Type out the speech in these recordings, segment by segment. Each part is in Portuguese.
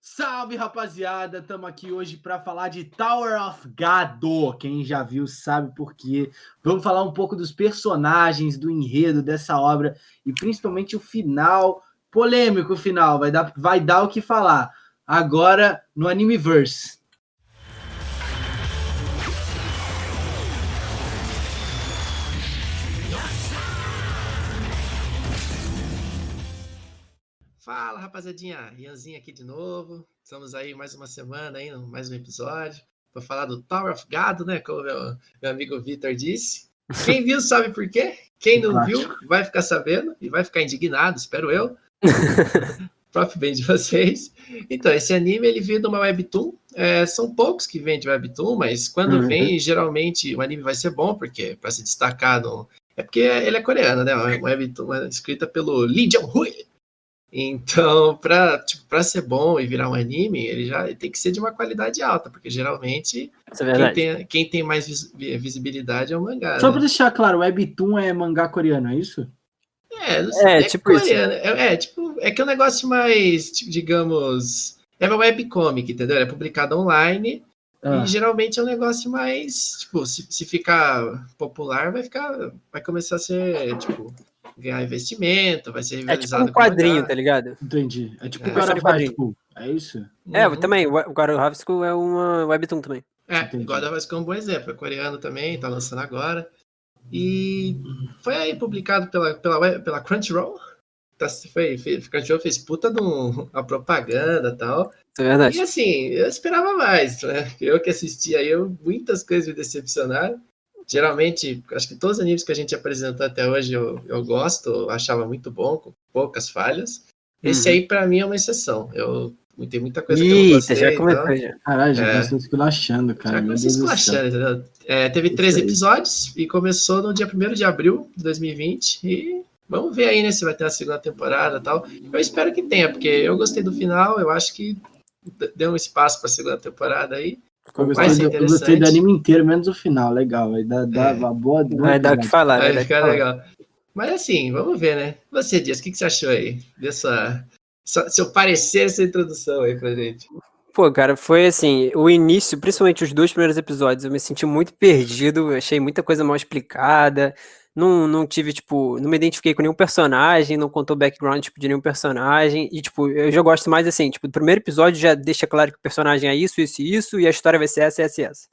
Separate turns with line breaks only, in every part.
Salve, rapaziada! Estamos aqui hoje para falar de Tower of God. Quem já viu sabe por quê. Vamos falar um pouco dos personagens, do enredo dessa obra e principalmente o final, polêmico final, vai dar o que falar. Agora no Animeverse.
Fala, rapaziadinha, Ianzinho aqui de novo. Estamos aí mais uma semana, aí, mais um episódio, para falar do Tower of God, né? Como meu amigo Vitor disse. Quem viu sabe por quê. Quem não viu vai ficar sabendo e vai ficar indignado, espero eu. Próprio bem de vocês. Então, esse anime ele veio de uma webtoon. São poucos que vêm de webtoon, mas quando vem, geralmente o anime vai ser bom, porque para se destacar no... É porque ele é coreano, né? Uma webtoon escrita pelo Lee Jong-hui. Então, para ser bom e virar um anime, ele já tem que ser de uma qualidade alta, porque geralmente quem tem mais visibilidade é o mangá.
Só para deixar claro, Webtoon é mangá coreano, é isso?
Não sei, é tipo coreano. É que é um negócio mais, tipo, digamos, é uma webcomic, entendeu? É publicado online e geralmente é um negócio mais, tipo, se ficar popular, vai começar a ser, tipo, ganhar investimento, vai ser rivalizado.
É tipo um quadrinho, tá ligado?
Entendi. É tipo o God of High School, é isso?
Também, o God of High School é uma webtoon também.
O God of High School é um bom exemplo, é coreano também, tá lançando agora. E foi aí publicado pela Crunchyroll. Crunchyroll fez puta de uma propaganda e tal.
É verdade.
E assim, eu esperava mais, né? Eu que assisti aí, muitas coisas me decepcionaram. Geralmente, acho que todos os animes que a gente apresentou até hoje eu gosto, eu achava muito bom, com poucas falhas. Esse aí, pra mim, é uma exceção. Tem muita coisa que eu não gostei.
Já começou já.
Caralho, já começou esculachando, cara.
Já começou esculachando, entendeu? Teve 13 episódios e começou no dia 1º de abril de 2020. E vamos ver aí, né, se vai ter a segunda temporada e tal. Eu espero que tenha, porque eu gostei do final, eu acho que deu um espaço pra segunda temporada aí.
Eu gostei do anime inteiro, menos o final, legal. Vai dar uma boa.
Vai dar o que falar.
Vai ficar legal. Mas assim, vamos ver, né? Você, Dias, o que você achou aí? Seu parecer, essa introdução aí pra gente.
Pô, cara, foi assim, o início, principalmente os 2 primeiros episódios, eu me senti muito perdido, eu achei muita coisa mal explicada, não tive, tipo, não me identifiquei com nenhum personagem, não contou background, tipo, de nenhum personagem, e, tipo, eu já gosto mais, assim, tipo, o primeiro episódio já deixa claro que o personagem é isso, e a história vai ser essa.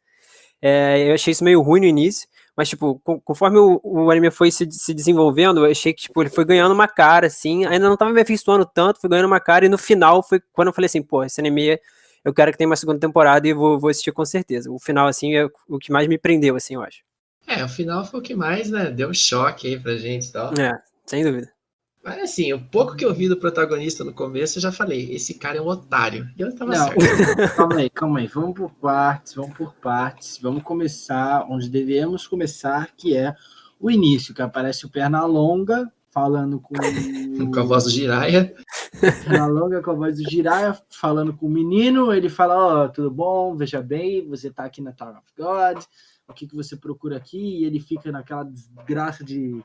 Eu achei isso meio ruim no início, mas, tipo, conforme o anime foi se desenvolvendo, eu achei que, tipo, ele foi ganhando uma cara, assim, ainda não tava me afeiçoando tanto, foi ganhando uma cara, e no final foi quando eu falei assim, pô, esse anime, eu quero que tenha uma segunda temporada e vou assistir com certeza. O final, assim, é o que mais me prendeu, assim, eu acho.
O final foi o que mais, né, deu um choque aí pra gente e tal.
Sem dúvida.
Mas assim, o pouco que eu vi do protagonista no começo, eu já falei, esse cara é um otário. E eu tava certo.
Calma aí. Vamos por partes. Vamos começar onde devemos começar, que é o início, que aparece o Pernalonga falando com
a voz do Jiraiya.
Pernalonga com a voz do Jiraiya, falando com o menino. Ele fala, tudo bom? Veja bem, você tá aqui na Tower of God. O que você procura aqui? E ele fica naquela desgraça de...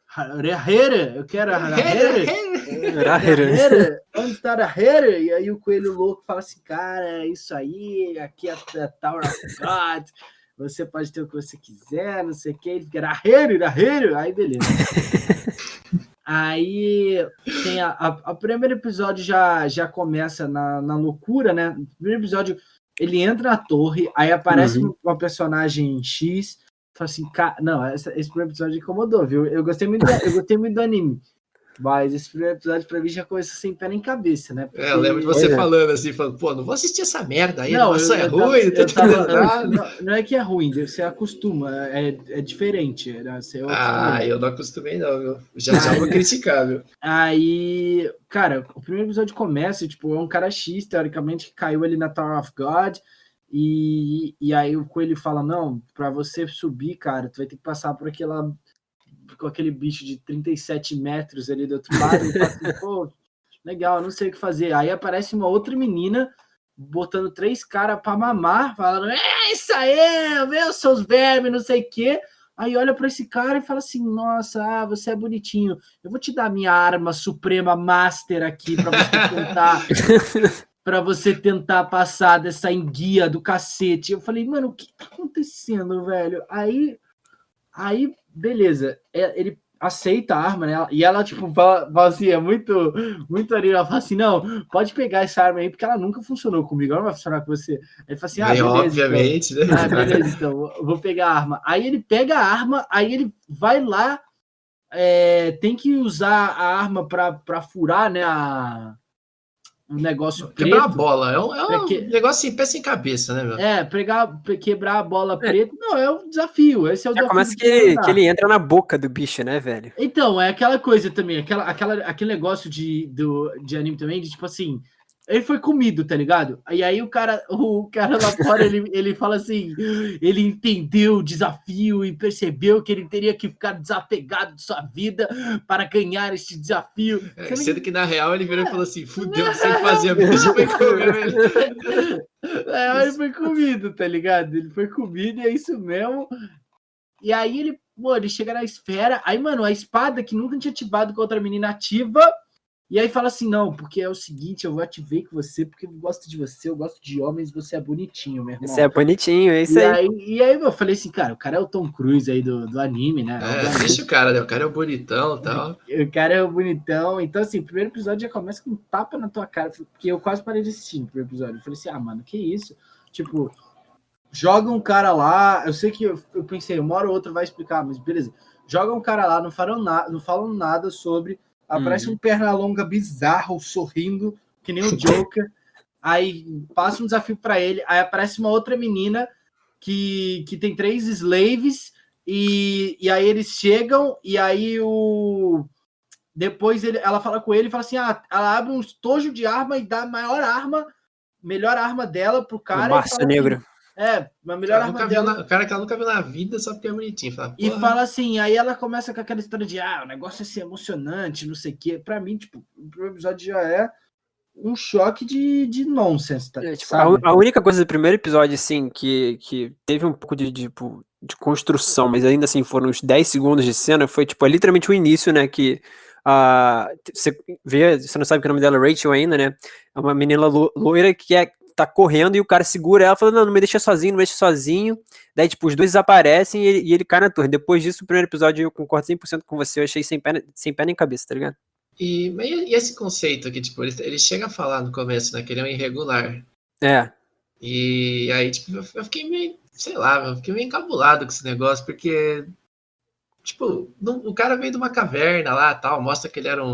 Eu quero a Rahera. Onde está a Rahera? E aí o coelho louco fala assim, cara, é isso aí, aqui é a Tower of God, você pode ter o que você quiser, não sei o que. Ele fica Rahera, aí beleza. Aí tem o primeiro episódio já começa na loucura, né? No primeiro episódio ele entra na torre, aí aparece uma personagem X. Fala assim, não, esse primeiro episódio incomodou, viu? Eu gostei muito do anime, mas esse primeiro episódio pra mim já começou sem pé nem cabeça, né? Porque...
eu lembro de você falando assim, pô, não vou assistir essa merda aí, não, é ruim.
Não é que é ruim, você acostuma, é diferente.
Eu não acostumei não, viu? Já vou criticar, viu?
Aí, cara, o primeiro episódio começa, tipo, é um cara X, teoricamente, que caiu ali na Tower of God. E aí o coelho fala, não, pra você subir, cara, tu vai ter que passar por com aquele bicho de 37 metros ali do outro lado, e fala assim, pô, legal, não sei o que fazer. Aí aparece uma outra menina, botando 3 caras pra mamar, falando, isso aí, meu, seus vermes, não sei o quê. Aí olha pra esse cara e fala assim, nossa, você é bonitinho, eu vou te dar minha arma suprema master aqui pra você tentar... pra você tentar passar dessa enguia do cacete. Eu falei, mano, o que tá acontecendo, velho? Aí beleza. Ele aceita a arma, né? E ela, tipo, fala assim, é muito ali. Ela fala assim, não, pode pegar essa arma aí, porque ela nunca funcionou comigo, ela não vai funcionar com você. Aí ele fala assim,
Bem,
beleza,
obviamente,
então.
né?
Beleza, então, eu vou pegar a arma. Aí ele pega a arma, aí ele vai lá, tem que usar a arma pra furar, né, o negócio preto.
Quebrar a bola, é um negócio assim, pé sem cabeça, né, meu?
Quebrar a bola preta, não, é um desafio, esse é o
Já
desafio.
começa que ele entra na boca do bicho, né, velho?
Então, é aquela coisa também, aquele negócio de anime também, de tipo assim, ele foi comido, tá ligado? E aí o cara lá fora, ele fala assim, ele entendeu o desafio e percebeu que ele teria que ficar desapegado de sua vida para ganhar este desafio.
Sendo que na real ele virou e falou assim, fudeu, sem fazer a bicha foi comer, velho.
Ele foi comido, tá ligado? Ele foi comido e é isso mesmo. E aí ele chega na esfera, aí, mano, a espada que nunca tinha ativado com outra menina ativa, e aí fala assim, não, porque é o seguinte, eu ativei com você, porque eu gosto de você, eu gosto de homens, você é bonitinho, meu irmão.
Você é bonitinho, é isso aí.
E aí eu falei assim, cara, o cara é o Tom Cruise aí do anime, né?
Deixa o cara, né? O cara é o bonitão e tal.
O cara é o bonitão, então assim, o primeiro episódio já começa com um tapa na tua cara, porque eu quase parei de assistir no primeiro episódio. Eu falei assim, mano, que isso? Tipo, joga um cara lá, eu sei que eu pensei, uma hora ou outra vai explicar, mas beleza. Joga um cara lá, não falam nada sobre, aparece um Pernalonga bizarro, sorrindo, que nem o Joker, aí passa um desafio para ele, aí aparece uma outra menina que tem 3 slaves, e aí eles chegam, e aí depois ela fala com ele e fala assim, ela abre um estojo de arma e dá a melhor arma dela pro cara.
O Márcio Negro.
Assim, uma melhor arma dela.
O cara que ela nunca viu na vida, só porque é bonitinho.
E fala assim, aí ela começa com aquela história de o negócio é ser emocionante, não sei o quê. Pra mim, tipo, o primeiro episódio já é um choque de nonsense, tá?
Tipo, a única coisa do primeiro episódio, assim, que teve um pouco de construção, mas ainda assim foram uns 10 segundos de cena, foi, tipo, literalmente o início, né, que você não sabe que o nome dela é Rachel ainda, né, é uma menina loira que tá correndo e o cara segura ela, falando, não me deixa sozinho, daí, tipo, os dois desaparecem e ele cai na torre. Depois disso, o primeiro episódio, eu concordo 100% com você, eu achei sem pé nem cabeça, tá ligado?
E esse conceito aqui, tipo, ele chega a falar no começo, né, que ele é um irregular. E aí, tipo, eu fiquei meio, sei lá, eu fiquei meio encabulado com esse negócio, porque, tipo, o cara veio de uma caverna lá, tal, mostra que ele era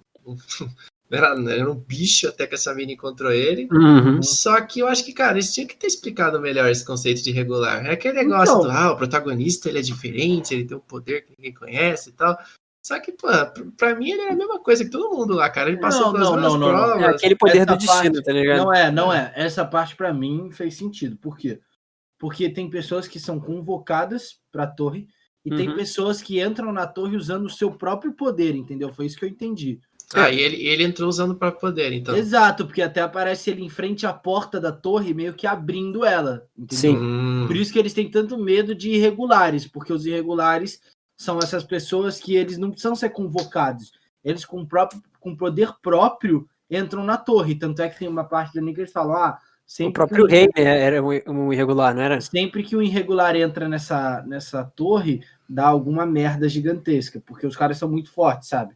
era um bicho até que essa mina encontrou ele.
Uhum.
Só que eu acho que, cara, eles tinham que ter explicado melhor esse conceito de irregular. É aquele negócio o protagonista, ele é diferente, ele tem um poder que ninguém conhece e tal. Só que, pô, pra mim ele era a mesma coisa que todo mundo lá, cara. Ele passou pelas mesmas provas.
É aquele poder do destino, tá ligado?
Não é. Essa parte pra mim fez sentido. Por quê? Porque tem pessoas que são convocadas pra torre e tem pessoas que entram na torre usando o seu próprio poder, entendeu? Foi isso que eu entendi.
E ele entrou usando o próprio poder, então.
Exato, porque até aparece ele em frente à porta da torre, meio que abrindo ela, entendeu?
Sim.
Por isso que eles têm tanto medo de irregulares, porque os irregulares são essas pessoas que eles não precisam ser convocados. Eles, com poder próprio, entram na torre. Tanto é que tem uma parte da que eles falam,
o próprio rei, né, era um irregular, não era?
Sempre que o irregular entra nessa torre, dá alguma merda gigantesca, porque os caras são muito fortes, sabe?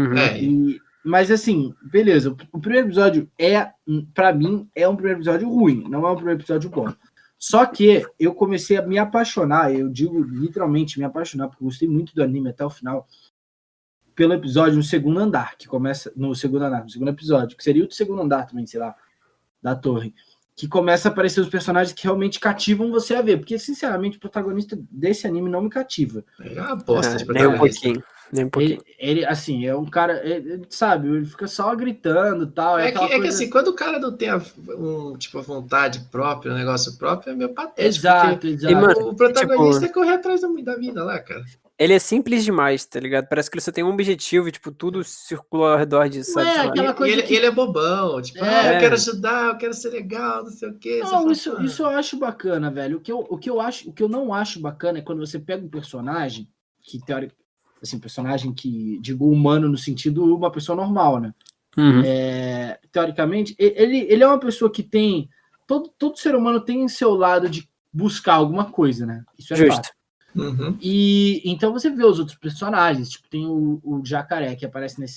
Mas assim, beleza, o primeiro episódio pra mim, é um primeiro episódio ruim, não é um primeiro episódio bom. Só que eu comecei a me apaixonar, eu digo literalmente me apaixonar, porque eu gostei muito do anime até o final, pelo episódio no segundo andar, que começa no segundo episódio, que seria o segundo andar também, sei lá, da torre, que começa a aparecer os personagens que realmente cativam você a ver, porque sinceramente o protagonista desse anime não me cativa.
É uma bosta de
protagonista. Nem um pouquinho.
Ele, assim, é um cara, sabe, ele fica só gritando e tal.
Que assim, quando o cara não tem a vontade própria, um negócio próprio, é meio patético.
Exato.
E, mano, o protagonista é correr atrás da vida lá, cara.
Ele é simples demais, tá ligado? Parece que ele só tem um objetivo e, tipo, tudo circula ao redor disso, sabe?
Aquela coisa
ele é bobão, tipo, eu quero ajudar, eu quero ser legal, não sei o quê.
Não, isso eu acho bacana, velho. O que eu não acho bacana é quando você pega um personagem que, teoricamente, assim, personagem que, digo, humano no sentido uma pessoa normal, né?
Uhum.
Teoricamente, ele é uma pessoa que tem... Todo ser humano tem seu lado de buscar alguma coisa, né? Isso é
Justo.
fato.
Uhum.
E então você vê os outros personagens, tipo, tem o Jacaré, que aparece nesse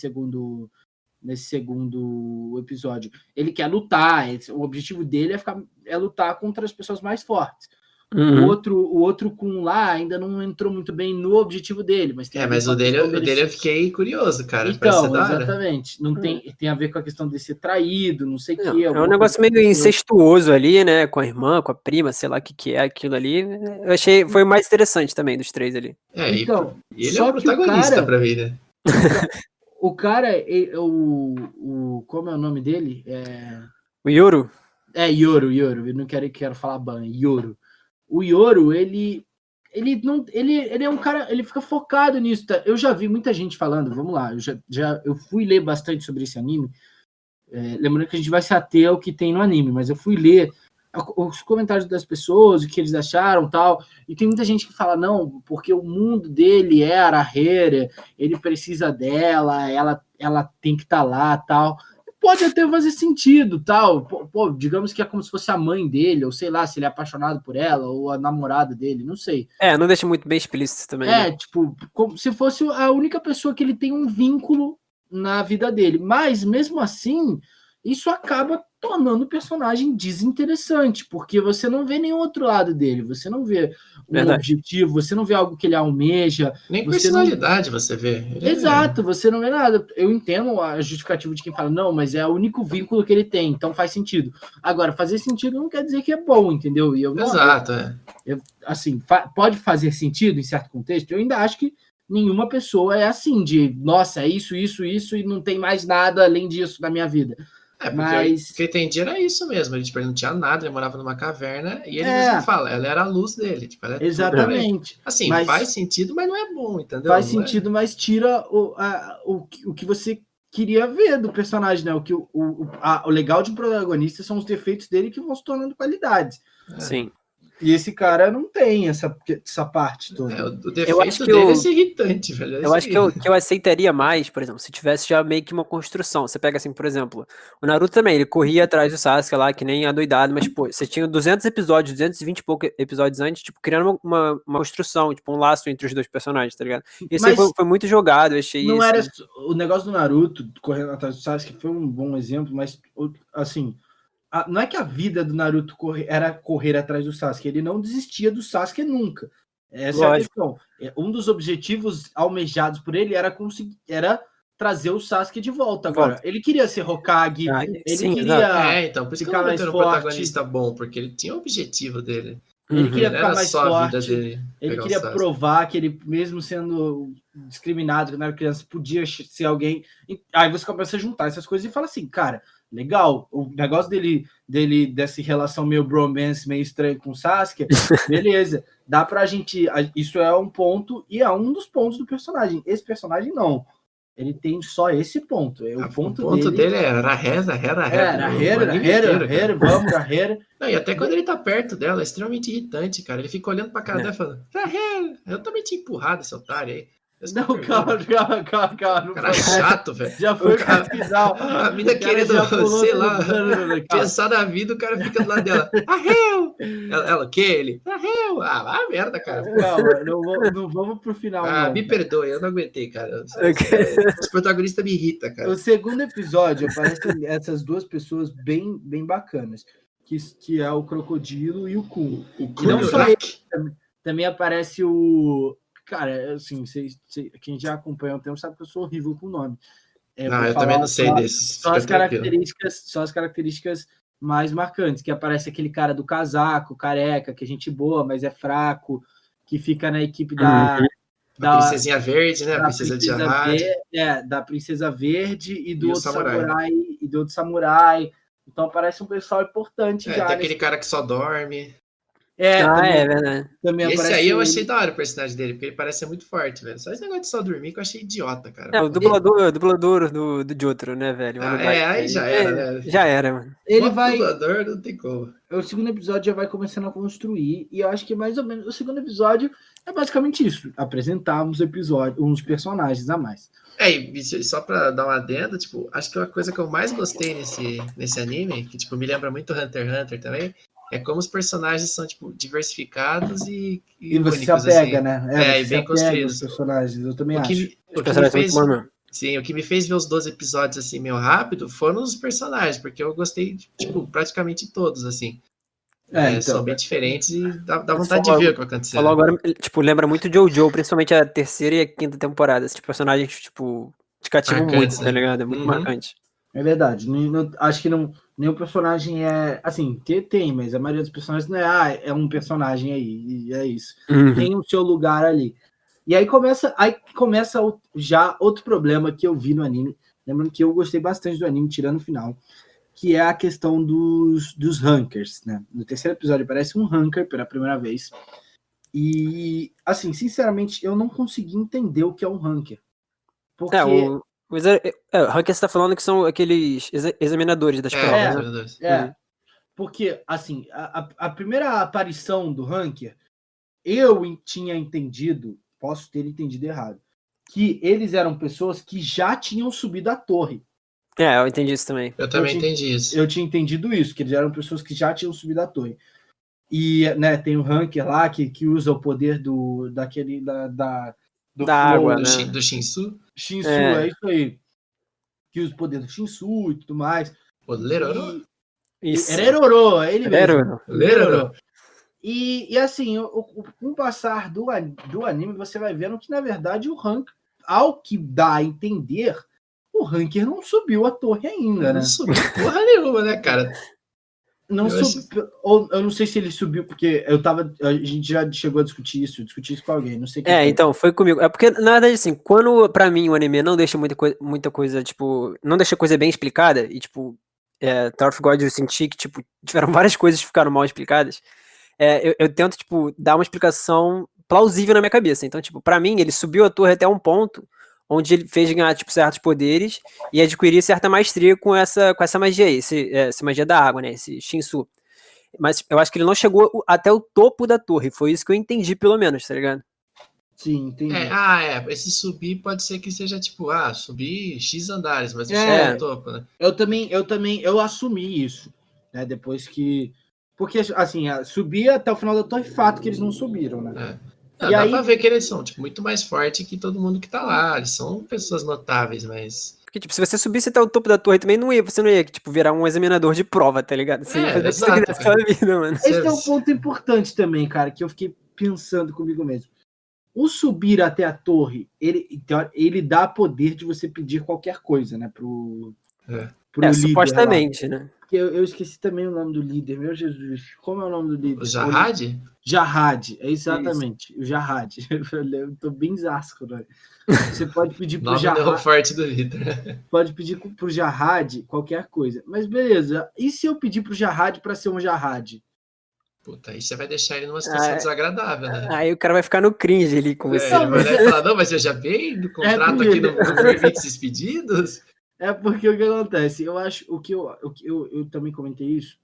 segundo episódio. Ele quer lutar, o objetivo dele é lutar contra as pessoas mais fortes.
Uhum.
O outro Kun lá ainda não entrou muito bem no objetivo dele, mas tem a ver
Mas
com a
o dele
questão
eu fiquei curioso, cara. Parece ser
Então,
da hora.
exatamente. Não tem a ver com a questão de ser traído, não sei o que.
É um negócio meio incestuoso ali, né? Com a irmã, com a prima, sei lá o que é aquilo ali. Eu achei, foi o mais interessante também dos três ali.
Então,
e ele é
só
o
que o
protagonista
cara,
pra mim, né?
o cara, como é o nome dele?
O Yoro?
Yoro. Eu não quero falar ban, Yoro. O Yoro, ele é um cara, ele fica focado nisso. Tá? Eu já vi muita gente falando, vamos lá, eu fui ler bastante sobre esse anime. Lembrando que a gente vai se ater ao que tem no anime, mas eu fui ler os comentários das pessoas, o que eles acharam, tal, e tem muita gente que fala, não, porque o mundo dele é a Arahera, ele precisa dela, ela tem que estar lá, tal. Pode até fazer sentido, tal, pô, digamos que é como se fosse a mãe dele, ou sei lá, se ele é apaixonado por ela, ou a namorada dele, não sei.
Não deixa muito bem explícito também, né?
Tipo, como se fosse a única pessoa que ele tem um vínculo na vida dele, mas mesmo assim, isso acaba tornando o personagem desinteressante, porque você não vê nenhum outro lado dele, você não vê um objetivo, você não vê algo que ele almeja.
Nem personalidade você vê.
Exato, você não vê nada. Eu entendo a justificativa de quem fala, não, mas é o único vínculo que ele tem, então faz sentido. Agora, fazer sentido não quer dizer que é bom, entendeu? E eu não,
Exato,
assim, pode fazer sentido em certo contexto, eu ainda acho que nenhuma pessoa é assim, de, nossa, é isso, e não tem mais nada além disso na minha vida.
Mas o que eu entendi era isso mesmo. Ele, tipo, ele não tinha nada, ele morava numa caverna e ele mesmo fala, ela era a luz dele. Tipo, ela
exatamente.
Assim, faz sentido, mas não é bom, entendeu?
Faz sentido, mas tira o que você queria ver do personagem, né? O legal de um protagonista são os defeitos dele que vão se tornando qualidades.
Sim.
E esse cara não tem essa parte toda.
O defeito dele é ser irritante, velho.
Eu acho que eu aceitaria mais, por exemplo, se tivesse já meio que uma construção. Você pega assim, por exemplo, o Naruto também, ele corria atrás do Sasuke lá, que nem adoidado, mas, pô, você tinha 200 episódios, 220 e poucos episódios antes, tipo, criando uma construção, tipo, um laço entre os dois personagens, tá ligado? Isso aí foi muito jogado, eu achei
não
isso.
Era o negócio do Naruto correndo atrás do Sasuke foi um bom exemplo, mas, assim, não é que a vida do Naruto era correr atrás do Sasuke, ele não desistia do Sasuke nunca. Essa é a questão. Um dos objetivos almejados por ele era trazer o Sasuke de volta. Agora, ele queria ser Hokage, ele queria
então, por isso
ficar mais
forte. Um protagonista bom, porque ele tinha o objetivo dele.
Ele queria ficar mais forte,
ele
queria provar que ele, mesmo sendo discriminado quando era criança, podia ser alguém. Aí você começa a juntar essas coisas e fala assim, cara, legal, o negócio dele dessa relação meio bromance, meio estranho com o Sasuke, beleza, dá pra gente, isso é um ponto, e é um dos pontos do personagem. Esse personagem não, ele tem só esse ponto. O ponto
dele é Arahera,
vamos, Arahera.
Não, e até quando ele tá perto dela, é extremamente irritante, cara. Ele fica olhando pra cara dela e falando, Arahera, eu também tinha empurrado esse otário aí.
Não, calma.
Cara chato, velho.
Já foi pesquisar.
A mina querendo, sei lá, pensar na vida, o cara fica do lado dela. Arreu! Ela, o que? Ele? Arreu! Ah, merda, cara.
Calma, não vamos pro final.
Não, me perdoe, eu não aguentei, cara. Os protagonistas me irritam, cara.
O segundo episódio aparecem essas duas pessoas bem, bem bacanas, que é o Crocodilo e o Kun. E não só ele, também aparece o... Cara, assim, quem já acompanha o tempo sabe que eu sou horrível com o nome.
Eu também não sei desses.
Só as características mais marcantes, que aparece aquele cara do casaco, careca, que é gente boa, mas é fraco, que fica na equipe da
Princesinha Verde, né? A Princesa de Arrad.
Da Princesa Verde e do outro samurai. Então aparece um pessoal importante já.
Tem aquele cara que só dorme.
Também,
verdade.
também
Esse
aparece
aí eu
ele.
achei da hora o personagem dele, porque ele parece ser muito forte, velho. Só esse negócio de só dormir que eu achei idiota, cara.
O dublador do Jotaro, né, velho? O
Aí já era, né?
Já era, mano.
Ele
Moto
vai.
dublador não tem como.
O segundo episódio já vai começando a construir, e eu acho que mais ou menos o segundo episódio é basicamente isso: apresentar uns personagens a mais.
E só pra dar uma adenda, tipo, acho que uma coisa que eu mais gostei nesse anime, que tipo, me lembra muito Hunter x Hunter também, é como os personagens são, tipo, diversificados e
você
únicos,
se apega,
assim.
né?
E
você
bem
se apega
construídos.
os personagens, eu também acho.
Os personagens são muito bons mesmo.
Sim, o que me fez ver os 12 episódios assim meio rápido foram os personagens, porque eu gostei, tipo, praticamente todos, assim.
Então,
são bem diferentes e dá vontade de ver o que vai acontecer.
Falou agora, tipo, lembra muito Jojo, principalmente a terceira e a quinta temporada. Esses personagens, tipo, te cativam muito, tá ligado? É muito marcante.
É verdade. Acho que nenhum personagem é. Assim, tem, mas a maioria dos personagens não é. É um personagem aí, e é isso. Tem o seu lugar ali. E aí começa já outro problema que eu vi no anime. Lembrando que eu gostei bastante do anime, tirando o final, que é a questão dos rankers, né? No terceiro episódio aparece um ranker pela primeira vez. E, assim, sinceramente, eu não consegui entender o que é um ranker. Porque...
o ranker você tá falando que são aqueles examinadores das provas, né?
Porque, assim, a primeira aparição do ranker, eu tinha entendido, posso ter entendido errado, que eles eram pessoas que já tinham subido a torre.
Eu entendi isso também.
Eu também entendi isso.
Eu tinha entendido isso, que eles eram pessoas que já tinham subido a torre. E, né, tem o ranker lá que usa o poder do flow,
água, né?
Do Shinsu.
Shinsu, é isso aí. Que usa o poder do Shinsu e tudo mais.
O Leroro?
Leroro, é ele mesmo.
Leroro.
E assim, com o passar do anime, você vai vendo que, na verdade, o rank, ao que dá a entender, o ranker não subiu a torre ainda, né?
Não subiu porra nenhuma, né, cara?
Eu não sei se ele subiu, porque a gente já chegou a discutir isso com alguém, não sei o que.
Então, foi comigo. É porque, na verdade, assim, quando pra mim o anime não deixa muita coisa, tipo, não deixa coisa bem explicada, e tipo, Tower of God eu senti que, tipo, tiveram várias coisas que ficaram mal explicadas, eu tento, tipo, dar uma explicação plausível na minha cabeça. Então, tipo, pra mim, ele subiu a torre até um ponto onde ele fez ganhar, tipo, certos poderes e adquirir certa maestria com essa magia aí, essa magia da água, né, esse Shinsu. Mas eu acho que ele não chegou até o topo da torre, foi isso que eu entendi, pelo menos, tá ligado?
Sim, entendi.
Esse subir pode ser que seja, tipo, subir X andares, mas não chega no topo, né?
Eu assumi isso, né, depois que... Porque, assim, subir até o final da torre, fato que eles não subiram, né?
Dá pra ver que eles são, tipo, muito mais fortes que todo mundo que tá lá. Eles são pessoas notáveis, mas...
Porque, tipo, se você subisse até o topo da torre também, você não ia, tipo, virar um examinador de prova, tá ligado? Você ia fazer isso da sua vida, mano.
Esse é um ponto importante também, cara, que eu fiquei pensando comigo mesmo. O subir até a torre, ele dá poder de você pedir qualquer coisa, né, pro líder
supostamente,
lá.
né?
Porque eu esqueci também o nome do líder, meu Jesus. Como é o nome do líder?
O Jarrad?
Jarrad, exatamente. Isso. O Jarrad. Eu tô bem zasco, né? Você pode pedir pro
Jarrad. Forte do Vitor.
Pode pedir pro Jarrad qualquer coisa. Mas beleza. E se eu pedir pro Jarrad para ser um Jarrad?
Puta, aí você vai deixar ele numa situação desagradável, né?
Aí o cara vai ficar no cringe ali com você.
Ele vai olhar e falar, não, mas eu já veio do contrato aqui no permite esses pedidos?
É porque o que acontece? Eu acho, eu também comentei isso,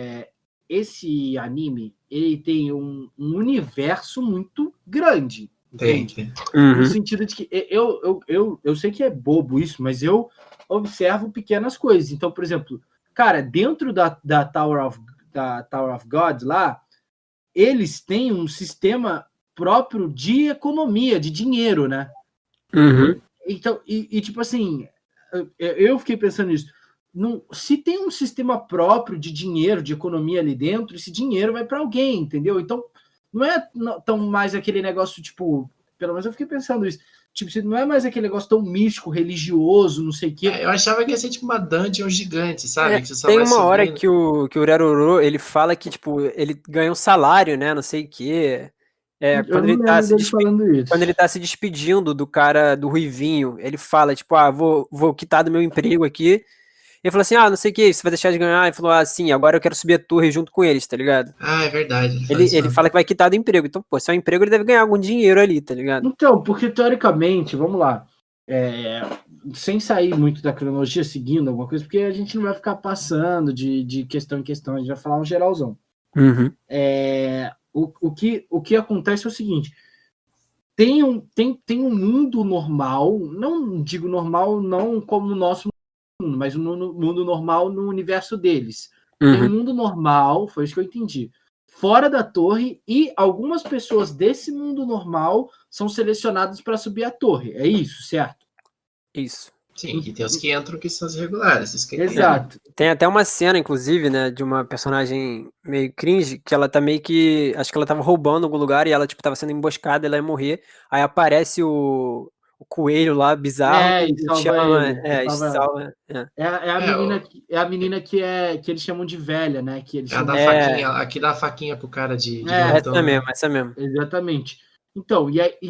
esse anime, ele tem um universo muito grande. Entende? No sentido de que eu sei que é bobo isso, mas eu observo pequenas coisas. Então, por exemplo, cara, dentro da Tower of God lá, eles têm um sistema próprio de economia, de dinheiro, né? Então, tipo assim, eu fiquei pensando nisso. Se tem um sistema próprio de dinheiro, de economia ali dentro, esse dinheiro vai para alguém, entendeu? Então, não é tão mais aquele negócio, tipo, pelo menos eu fiquei pensando isso, tipo, não é mais aquele negócio tão místico, religioso, não sei o quê.
Eu achava que ia ser tipo uma dungeon gigante, sabe? Que você só
tem
vai
uma hora
subindo.
que o Raroro, ele fala que, tipo, ele ganha um salário, né, não sei o quê. Quando ele tá se despedindo do cara, do Ruivinho, ele fala, tipo, vou quitar do meu emprego aqui Ele falou assim, não sei o que, você vai deixar de ganhar? Ele falou, sim, agora eu quero subir a torre junto com eles, tá ligado?
É verdade.
Ele fala que vai quitar do emprego. Então, pô, se é um emprego, ele deve ganhar algum dinheiro ali, tá ligado?
Então, porque teoricamente, vamos lá, sem sair muito da cronologia, seguindo alguma coisa, porque a gente não vai ficar passando de questão em questão, a gente vai falar um geralzão.
Uhum.
O que acontece é o seguinte, tem um mundo normal, não digo normal não como no nosso mundo, mas um mundo normal no universo deles.
Uhum.
Tem um mundo normal, foi isso que eu entendi, fora da torre, e algumas pessoas desse mundo normal são selecionadas para subir a torre. É isso, certo?
Isso.
Sim, e tem os que entram que são os regulares.
Exato.
Tem até uma cena, inclusive, né, de uma personagem meio cringe, que ela tá meio que... Acho que ela tava roubando em algum lugar e ela, tipo, tava sendo emboscada, ela ia morrer. Aí aparece o coelho lá, bizarro,
E salva ele.
salva.
É a menina que eles chamam de velha, né? Que eles chamam
faquinha, aqui dá a faquinha pro cara de
essa mesmo.
Exatamente. Então,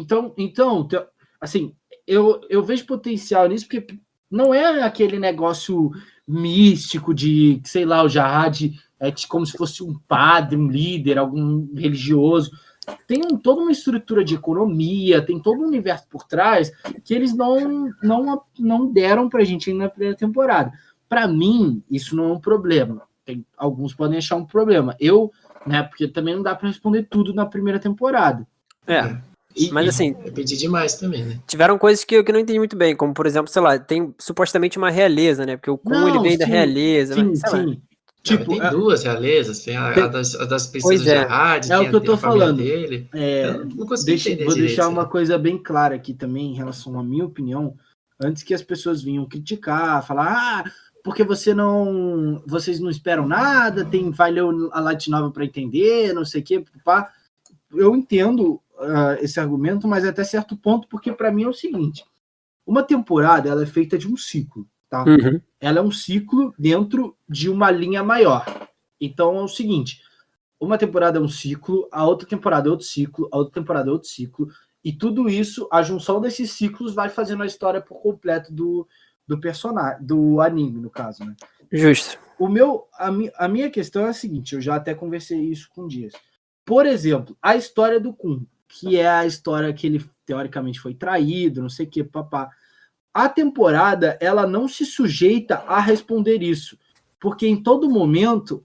assim, eu vejo potencial nisso, porque não é aquele negócio místico de, sei lá, o Jahad como se fosse um padre, um líder, algum religioso. Tem toda uma estrutura de economia, tem todo um universo por trás que eles não deram pra gente ainda na primeira temporada. Para mim, isso não é um problema. Alguns podem achar um problema. Porque também não dá para responder tudo na primeira temporada.
Mas assim,
eu pedi demais também, né?
Tiveram coisas que eu não entendi muito bem, como por exemplo, sei lá, tem supostamente uma realeza, né? Porque o Kun, ele vem da realeza.
Sim.
Tipo, tem duas realezas, tem a das princesas de Jahad,
é o que eu tô falando.
Dele. Eu não consigo entender
vou
direito,
deixar uma coisa bem clara aqui também em relação à minha opinião, antes que as pessoas vinham criticar, falar, porque vocês não esperam nada, vai ler a Light Novel para entender, não sei o quê, papá. Eu entendo esse argumento, mas até certo ponto, porque para mim é o seguinte, uma temporada ela é feita de um ciclo, tá?
Uhum.
Ela é um ciclo dentro de uma linha maior. Então é o seguinte, uma temporada é um ciclo, a outra temporada é outro ciclo, a outra temporada é outro ciclo, e tudo isso, a junção desses ciclos vai fazendo a história por completo do personagem, do anime, no caso, né?
Justo.
A minha questão é a seguinte, eu já até conversei isso com o Dias. Por exemplo, a história do Kun, que é a história que ele teoricamente foi traído, não sei o que, papá. A temporada, ela não se sujeita a responder isso, porque em todo momento,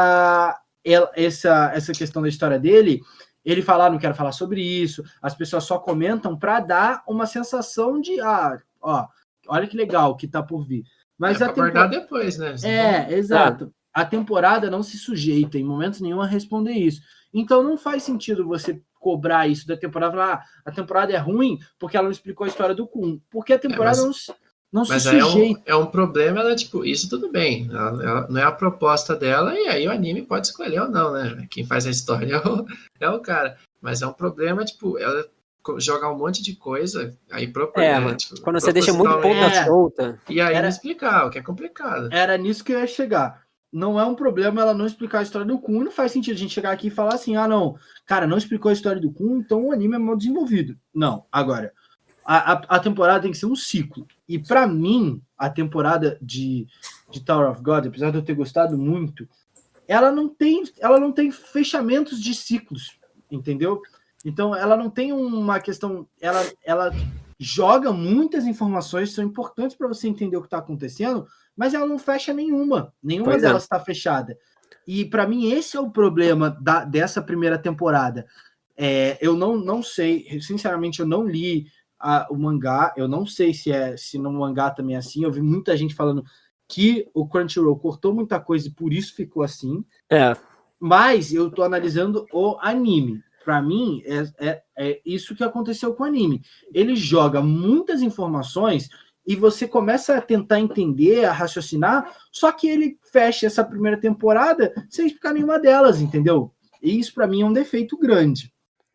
essa questão da história dele, ele fala, não quero falar sobre isso, as pessoas só comentam para dar uma sensação de, olha que legal que tá por vir. Mas
a temporada depois, né?
Exato. A temporada não se sujeita em momento nenhum a responder isso. Então não faz sentido você cobrar isso da temporada, falar, a temporada é ruim porque ela não explicou a história do Kun, porque a temporada não se sujeita.
É um problema, ela, tipo, isso tudo bem, ela não é a proposta dela, e aí o anime pode escolher ou não, né? Quem faz a história é o cara. Mas é um problema, tipo, ela jogar um monte de coisa, aí
quando você deixa muito ponta solta.
E aí não explicar, o que é complicado.
Era nisso que eu ia chegar. Não é um problema ela não explicar a história do Kun, não faz sentido a gente chegar aqui e falar assim, não, cara, não explicou a história do Kun, então o anime é mal desenvolvido. Não, agora, a temporada tem que ser um ciclo. E para mim, a temporada de Tower of God, apesar de eu ter gostado muito, ela não tem fechamentos de ciclos, entendeu? Então, ela não tem uma questão, ela joga muitas informações que são importantes para você entender o que está acontecendo, mas ela não fecha nenhuma delas está fechada. E para mim esse é o problema dessa primeira temporada. Eu não sei, sinceramente eu não li o mangá, eu não sei se no mangá também é assim, eu vi muita gente falando que o Crunchyroll cortou muita coisa e por isso ficou assim, mas eu tô analisando o anime. Para mim, é isso que aconteceu com o anime. Ele joga muitas informações e você começa a tentar entender, a raciocinar, só que ele fecha essa primeira temporada sem explicar nenhuma delas, entendeu? E isso, para mim, é um defeito grande.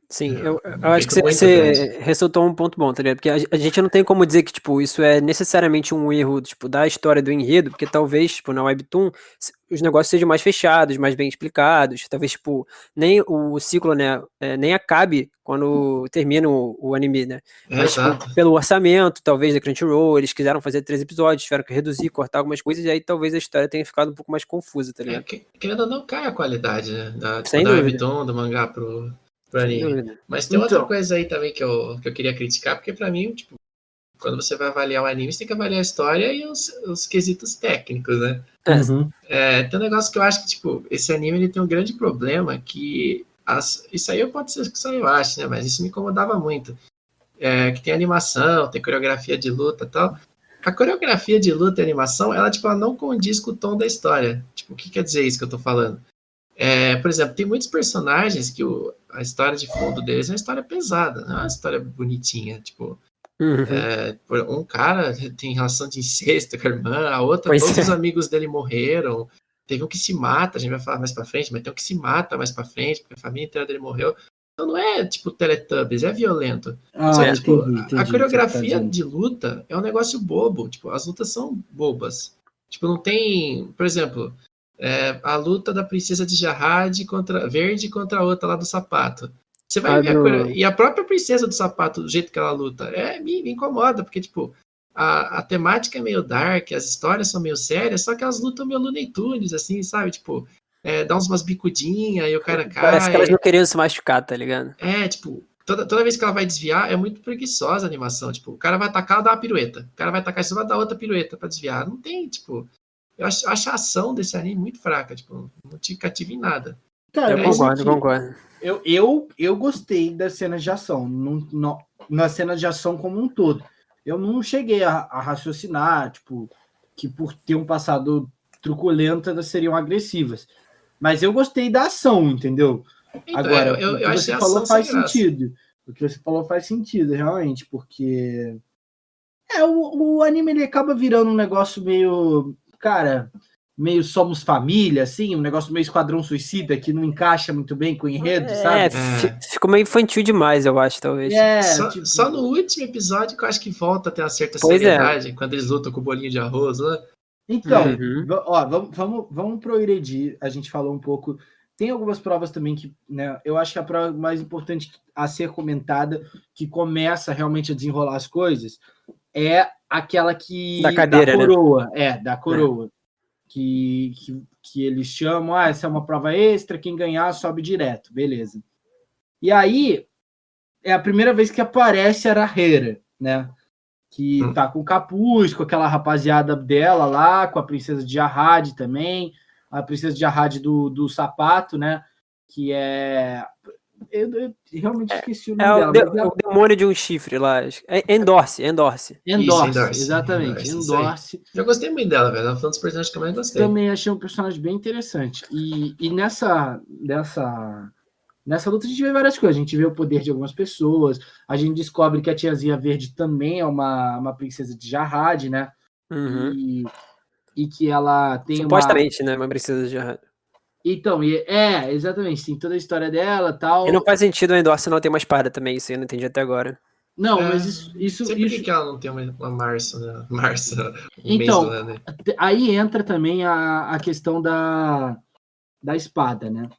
Sim, eu acho que
muito
você
grande.
ressaltou um ponto bom, tá ligado? Porque a gente não tem como dizer que, tipo, isso é necessariamente um erro, tipo, da história do enredo, porque talvez, tipo, na Webtoon, os negócios sejam mais fechados, mais bem explicados, talvez, tipo, nem o ciclo, né, nem acabe quando termina o anime, né? Mas, tipo,
Exato.
pelo orçamento, talvez, da Crunchyroll, eles quiseram fazer 3 episódios, tiveram que reduzir, cortar algumas coisas, e aí talvez a história tenha ficado um pouco mais confusa, tá ligado?
Querendo ou não, cai a qualidade, né? Tipo,
Sem
da
dúvida,
Webtoon, do mangá pro
sem
anime.
dúvida.
Mas tem outra
Então,
coisa aí também que eu queria criticar, porque pra mim, tipo, quando você vai avaliar o anime, você tem que avaliar a história e os quesitos técnicos, né?
É,
uhum.
Tem um negócio que eu acho que, tipo, esse anime ele tem um grande problema que isso aí pode ser que só eu acho, né? Mas isso me incomodava muito. Que tem animação, tem coreografia de luta e tal. A coreografia de luta e animação, ela, tipo, ela não condiz com o tom da história. Tipo, o que quer dizer isso que eu tô falando? Por exemplo, tem muitos personagens que a história de fundo deles é uma história pesada, não é uma história bonitinha. Tipo,
uhum.
um cara tem relação de incesto com a irmã, a outra,
Pois
todos os
é.
amigos dele morreram. Teve um que se mata, a gente vai falar mais pra frente, mas tem um que se mata mais pra frente, porque a família inteira dele morreu. Então não é tipo Teletubbies, é violento. Só
Ah,
que, tipo, a
entendi o que você tá
coreografia
dizendo.
de luta é um negócio bobo. Tipo, as lutas são bobas. Tipo, não tem. Por exemplo, a luta da princesa de Jarrad verde contra a outra lá do sapato. Você vai
A
ver
do...
e a própria princesa do sapato, do jeito que ela luta, me incomoda, porque, tipo, a temática é meio dark, as histórias são meio sérias, só que elas lutam meio Looney Tunes, assim, sabe? Tipo, dá umas bicudinhas e o cara
Parece que elas não
cai.
queriam se machucar, tá ligado?
Tipo, toda vez que ela vai desviar, é muito preguiçosa a animação. Tipo, o cara vai atacar, ela dá uma pirueta. O cara vai atacar, você vai dar outra pirueta pra desviar. Não tem, tipo. Eu acho a ação desse anime muito fraca, tipo, não te cativa em nada.
Cara,
Eu
É isso.
concordo, concordo.
eu gostei das cenas de ação, nas cenas de ação como um todo. Eu não cheguei a raciocinar, tipo, que por ter um passado truculento elas seriam agressivas. Mas eu gostei da ação, entendeu?
Então,
Agora, o
eu
que
achei
você
a
falou
ação sem
faz
graça.
sentido. O que você falou faz sentido, realmente, porque o anime ele acaba virando um negócio meio, cara, meio Somos Família, assim, um negócio meio Esquadrão Suicida, que não encaixa muito bem com o enredo, sabe?
Ficou meio infantil demais, eu acho, talvez.
Só no último episódio que eu acho que volta a ter uma certa
Pois é.
seriedade, quando eles lutam com o bolinho de arroz lá.
Então,
Uhum.
ó, vamos progredir. A gente falou um pouco. Tem algumas provas também que, né? Eu acho que a prova mais importante a ser comentada, que começa realmente a desenrolar as coisas, é aquela
Da
da
cadeira, né?
coroa, da
É.
coroa, que eles chamam, essa é uma prova extra, quem ganhar sobe direto, beleza. E aí é a primeira vez que aparece a Hera, né? Que tá com o capuz, com aquela rapaziada dela lá, com a princesa de Jarrad também, a princesa de Jarrad do sapato, né? Que é. Eu realmente esqueci o
É
nome dela, mas
o demônio de um chifre lá. Endorse.
Isso,
Endorse, exatamente,
Isso aí.
Endorse.
Eu gostei muito dela, velho. Ela foi um dos personagens que eu mais gostei.
Também achei um personagem bem interessante. E nessa luta a gente vê várias coisas. A gente vê o poder de algumas pessoas. A gente descobre que a tiazinha verde também é uma princesa de Jarrad, né?
Uhum.
E que ela tem uma.
Supostamente, né? Mas precisa de.
Então, exatamente, tem toda a história dela
E não
tal.
faz sentido o Endorse não ter uma espada também, isso eu não entendi até agora.
Não, mas
Não sei por que ela não tem uma Marsa, né? Marsa, um mês do
Então,
ano.
aí entra também a questão da espada, né?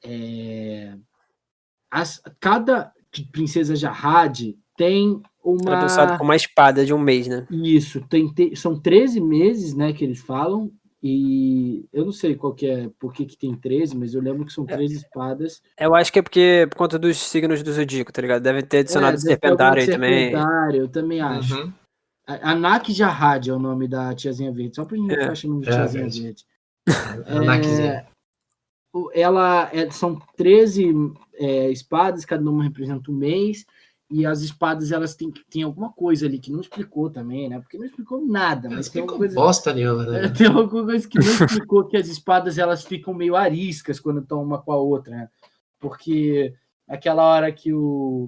Cada princesa Jarrad tem
Ela é abençoada
uma.
com uma espada de um mês, né?
Isso, são 13 meses, né, que eles falam, e eu não sei qual que é, por que tem 13, mas eu lembro que são 13 espadas.
Eu acho que é porque por conta dos signos do Zodíaco, tá ligado? Deve ter adicionado o
Deve ter alguma
Serpentário
de
aí também.
serpentário, eu também acho.
Uhum.
Anak Jarrad é o nome da tiazinha verde, só pra gente ficar
É.
chamando de tiazinha
Verde.
verde.
Anakizinha.
São 13 espadas, cada uma representa um mês, e as espadas elas têm alguma coisa ali que não explicou também, né? Porque não explicou nada, mas tem alguma coisa.
Bosta nenhuma, né?
Tem alguma coisa que não explicou que as espadas elas ficam meio ariscas quando estão uma com a outra, né? Porque aquela hora que o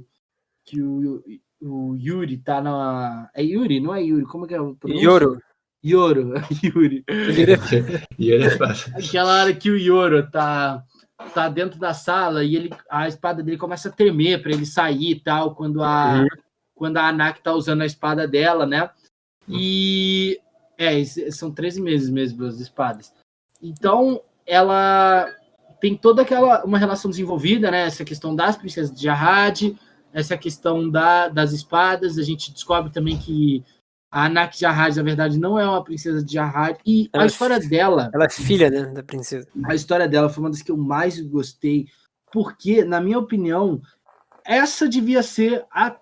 Yuri tá na. É Yuri, não é Yuri? Como é que é o pronúncia?
Yoro.
Yuri.
E ele é fácil.
Aquela hora que o Yoro tá tá dentro da sala e a espada dele começa a tremer para ele sair e tal, quando a Anak tá usando a espada dela, né? E são 13 meses mesmo as espadas. Então, ela tem toda uma relação desenvolvida, né? Essa questão das princesas de Jarrad, essa questão das espadas. A gente descobre também que a Anak Jarrad, na verdade, não é uma princesa de Jarrad. E a história dela...
Ela é filha, né, da princesa.
A história dela foi uma das que eu mais gostei, porque, na minha opinião, essa devia ser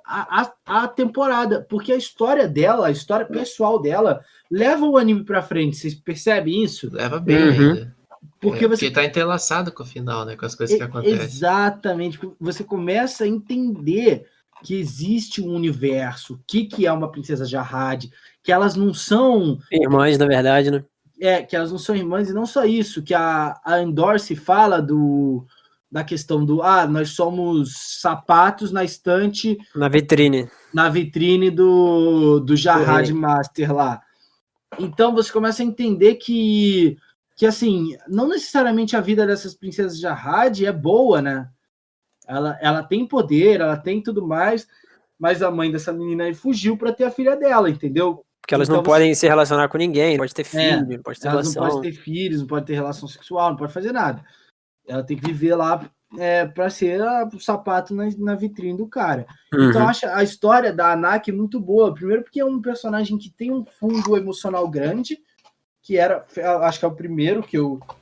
a temporada, porque a história dela, a história pessoal dela, leva o anime pra frente. Vocês percebem isso?
Leva bem ainda.
Porque
tá entrelaçado com o final, né? Com as coisas que acontecem.
Exatamente. Você começa a entender que existe um universo, o que é uma princesa Jarrad, que elas não são...
Irmãs, na verdade, né?
Que elas não são irmãs, e não só isso, que a Endorse fala da questão nós somos sapatos na estante...
Na vitrine.
Na vitrine do Jarrad Master lá. Então você começa a entender que assim, não necessariamente a vida dessas princesas Jarrad é boa, né? Ela tem poder, ela tem tudo mais, mas a mãe dessa menina aí fugiu para ter a filha dela, entendeu?
Porque elas não podem se relacionar com ninguém, não pode ter filho, não pode ter relação.
Não pode ter filhos, não pode ter relação sexual, não pode fazer nada. Ela tem que viver lá para ser o sapato na vitrine do cara. Então, eu acho a história da Anak muito boa. Primeiro porque é um personagem que tem um fundo emocional grande, que acho que é o primeiro que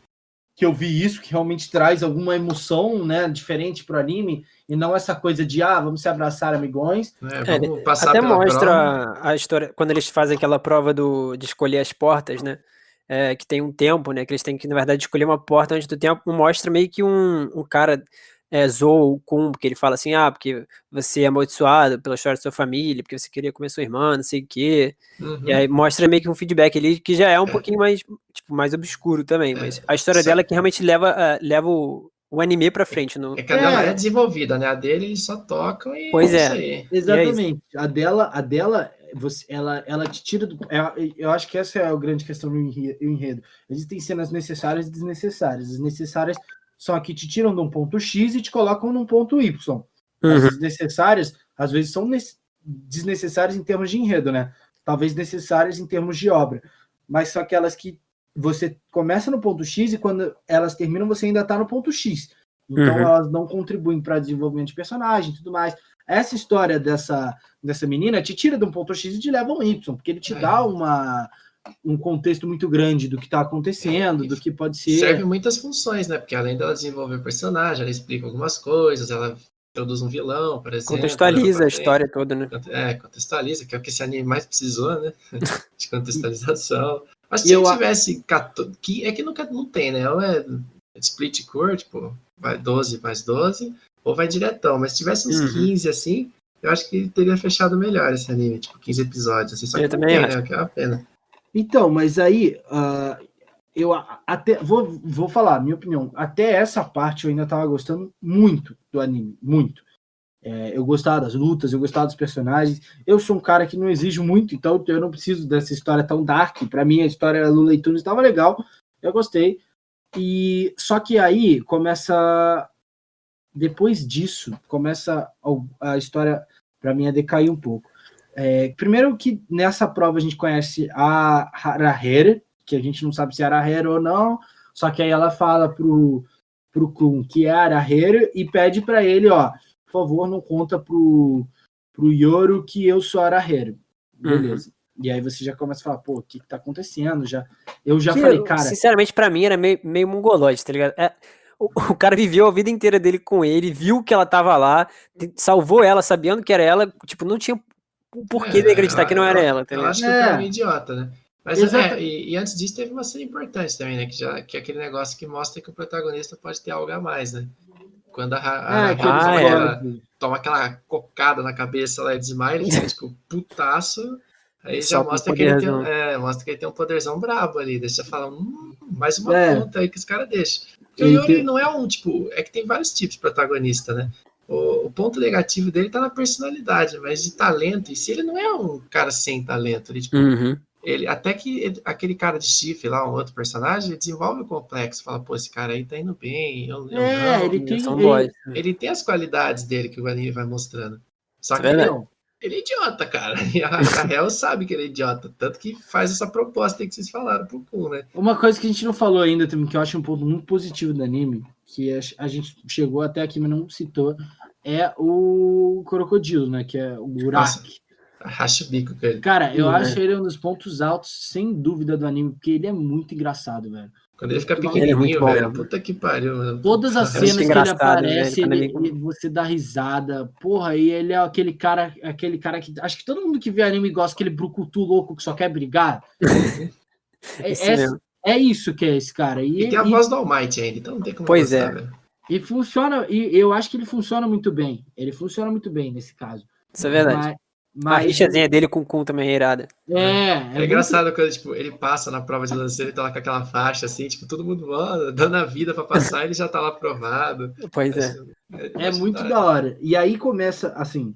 eu vi isso, que realmente traz alguma emoção, né, diferente pro anime, e não essa coisa de, vamos se abraçar, amigões.
Vamos passar
até mostra
prova.
A história, quando eles fazem aquela prova de escolher as portas, né, que tem um tempo, né, que eles têm que, na verdade, escolher uma porta antes do tempo, mostra meio que um cara zoa o Kun, porque ele fala assim, porque você é amaldiçoado pela história da sua família, porque você queria comer sua irmã, não sei o quê. E aí mostra meio que um feedback ali, que já é um pouquinho mais obscuro também, mas a história dela é que realmente leva o anime pra frente.
Que a dela é desenvolvida, né? A dele eles só tocam e
pois
isso aí.
Exatamente. A dela ela te tira do... eu acho que essa é a grande questão do enredo. Existem cenas necessárias e desnecessárias. As necessárias são aqui te tiram de um ponto X e te colocam num ponto Y. As desnecessárias, às vezes, são desnecessárias em termos de enredo, né? Talvez necessárias em termos de obra. Mas são aquelas que você começa no ponto X e quando elas terminam, você ainda está no ponto X. Então, elas não contribuem para desenvolvimento de personagem e tudo mais. Essa história dessa menina te tira de um ponto X e te leva a um Y, porque ele te dá um contexto muito grande do que está acontecendo, do que pode ser...
Serve muitas funções, né? Porque além dela desenvolver o personagem, ela explica algumas coisas, ela introduz um vilão, por exemplo.
Contextualiza a história toda, né?
Contextualiza, que é o que esse anime mais precisou, né? De contextualização. Mas se tivesse... É que nunca não tem, né? Ou é split core, tipo, vai 12 mais 12, ou vai diretão. Mas se tivesse uns 15, assim, eu acho que teria fechado melhor esse anime, tipo, 15 episódios, assim. Só que
eu também acho.
Né? Que é uma pena.
Então, mas aí, eu até vou falar, minha opinião, até essa parte eu ainda tava gostando muito do anime, muito. Eu gostava das lutas, eu gostava dos personagens. Eu sou um cara que não exijo muito, então eu não preciso dessa história tão dark. Para mim, a história do Leitunes estava legal, eu gostei. E só que aí começa, depois disso, começa a história para mim a decair um pouco. Primeiro que nessa prova a gente conhece a Arahere, que a gente não sabe se é Arahere ou não, só que aí ela fala pro Kun que é Arahere e pede para ele, por favor, não conta pro Yoru que eu sou Arahere. Beleza. E aí você já começa a falar, o que tá acontecendo? Eu já falei, cara...
Sinceramente, pra mim era meio mongoloide, tá ligado? O cara viveu a vida inteira dele com ele, viu que ela tava lá, salvou ela, sabendo que era ela, tipo, não tinha por que acreditar que não era ela, tá ligado?
Eu acho que o cara é um idiota, né? Mas e antes disso teve uma cena importante também, né? Que é aquele negócio que mostra que o protagonista pode ter algo a mais, né? Quando ela toma aquela cocada na cabeça lá e desmaia, ele fica tipo putaço. Aí já mostra que ele tem um poderzão brabo ali. Deixa eu falar, mais uma ponta aí que os caras deixam. Porque o Yuri não é é que tem vários tipos de protagonista, né? O ponto negativo dele tá na personalidade, mas de talento, e se ele não é um cara sem talento, ele, tipo, até que aquele cara de chifre lá, um outro personagem, ele desenvolve o complexo, fala, pô, esse cara aí tá indo bem, eu não. Ele tem as qualidades dele que o anime vai mostrando. Só que ele é idiota, cara. E a Hell sabe que ele é idiota, tanto que faz essa proposta aí que vocês falaram pro Kun, né?
Uma coisa que a gente não falou ainda também, que eu acho um ponto muito positivo do anime, que a gente chegou até aqui, mas não citou, é o crocodilo, né? Que é o Uraki.
Racha o bico com ele.
Cara, eu acho ele um dos pontos altos, sem dúvida, do anime, porque ele é muito engraçado, velho.
Quando ele fica pequenininho, velho, puta que pariu, mano.
Todas as cenas que ele aparece, você dá risada. Porra, e ele é aquele cara que... Acho que todo mundo que vê anime gosta daquele brucutu louco que só quer brigar. É isso que é esse cara.
E tem a voz do All Might ainda, então não tem como gostar, velho.
E funciona, e eu acho que ele funciona muito bem. Ele funciona muito bem nesse caso.
Isso é verdade. A rixazinha dele com o Kun também é irada.
É engraçado quando tipo, ele passa na prova de lanceiro e tá lá com aquela faixa assim, tipo, todo mundo dando a vida pra passar, ele já tá lá aprovado.
Pois é.
É muito da hora. E aí começa, assim,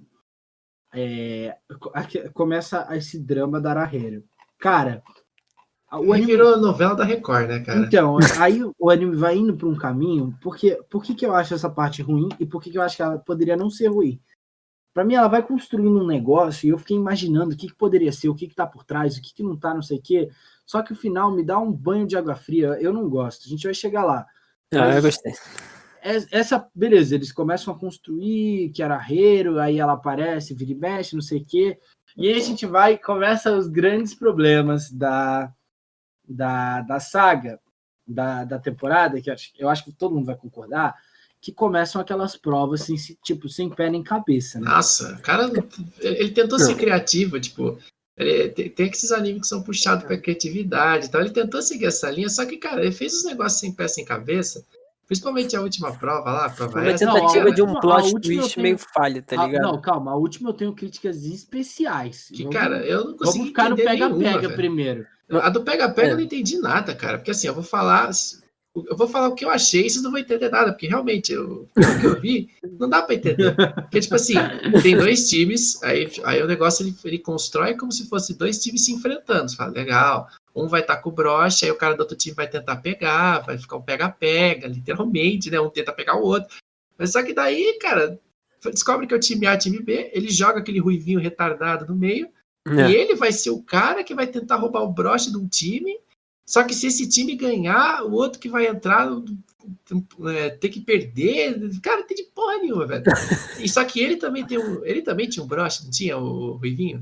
começa esse drama da Arahiro. Cara,
o anime virou novela da Record, né, cara?
Então, aí o anime vai indo pra um caminho, por que eu acho essa parte ruim e por que eu acho que ela poderia não ser ruim? Pra mim, ela vai construindo um negócio e eu fiquei imaginando o que poderia ser, o que tá por trás, o que não tá, não sei o quê. Só que o final me dá um banho de água fria. Eu não gosto. A gente vai chegar lá.
Eu gostei.
Beleza, eles começam a construir que era Arahiro, aí ela aparece, vira e mexe, não sei o quê. E aí a gente começa os grandes problemas da saga, da temporada, que eu acho que todo mundo vai concordar, que começam aquelas provas assim, tipo, sem pé nem cabeça, né?
Nossa, o cara, ele tentou ser criativo, tipo, tem esses animes que são puxados pra criatividade e tal, ele tentou seguir essa linha, só que, cara, ele fez os negócios sem pé, sem cabeça, principalmente a última prova lá, a prova
essa. Uma tentativa de um plot twist meio falho, tá ligado?
Não, calma, a última eu tenho críticas especiais.
Cara, eu não consegui
Vamos ficar no pega-pega primeiro.
A do pega-pega eu não entendi nada, cara, porque assim, eu vou falar o que eu achei, vocês não vão entender nada, porque realmente, o que eu vi, não dá pra entender. Porque, tipo assim, tem dois times, aí o negócio ele constrói como se fosse dois times se enfrentando. Você fala, legal, um vai estar com o broche, aí o cara do outro time vai tentar pegar, vai ficar um pega-pega, literalmente, né? Um tenta pegar o outro. Mas só que daí, cara, descobre que é o time A e o time B, ele joga aquele ruivinho retardado no meio, e ele vai ser o cara que vai tentar roubar o broche de um time. Só que se esse time ganhar, o outro que vai entrar tem que perder. Cara, não tem de porra nenhuma, velho. E só que ele também tinha um broche, não tinha, o Ruivinho?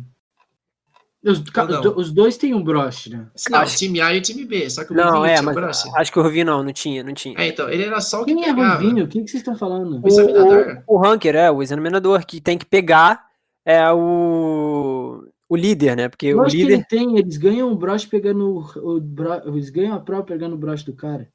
Os dois têm um broche, né?
Não, o time A e o time B. Só que o Ruivinho tinha um broche.
Acho que o Ruivinho não tinha.
Então, ele era só o que
pegava. Quem é Ruivinho? O que vocês estão falando?
O examinador.
O ranker, o examinador, que tem que pegar o líder, né? Porque o líder...
eles ganham o broche pegando eles ganham a prova pegando o broche do cara.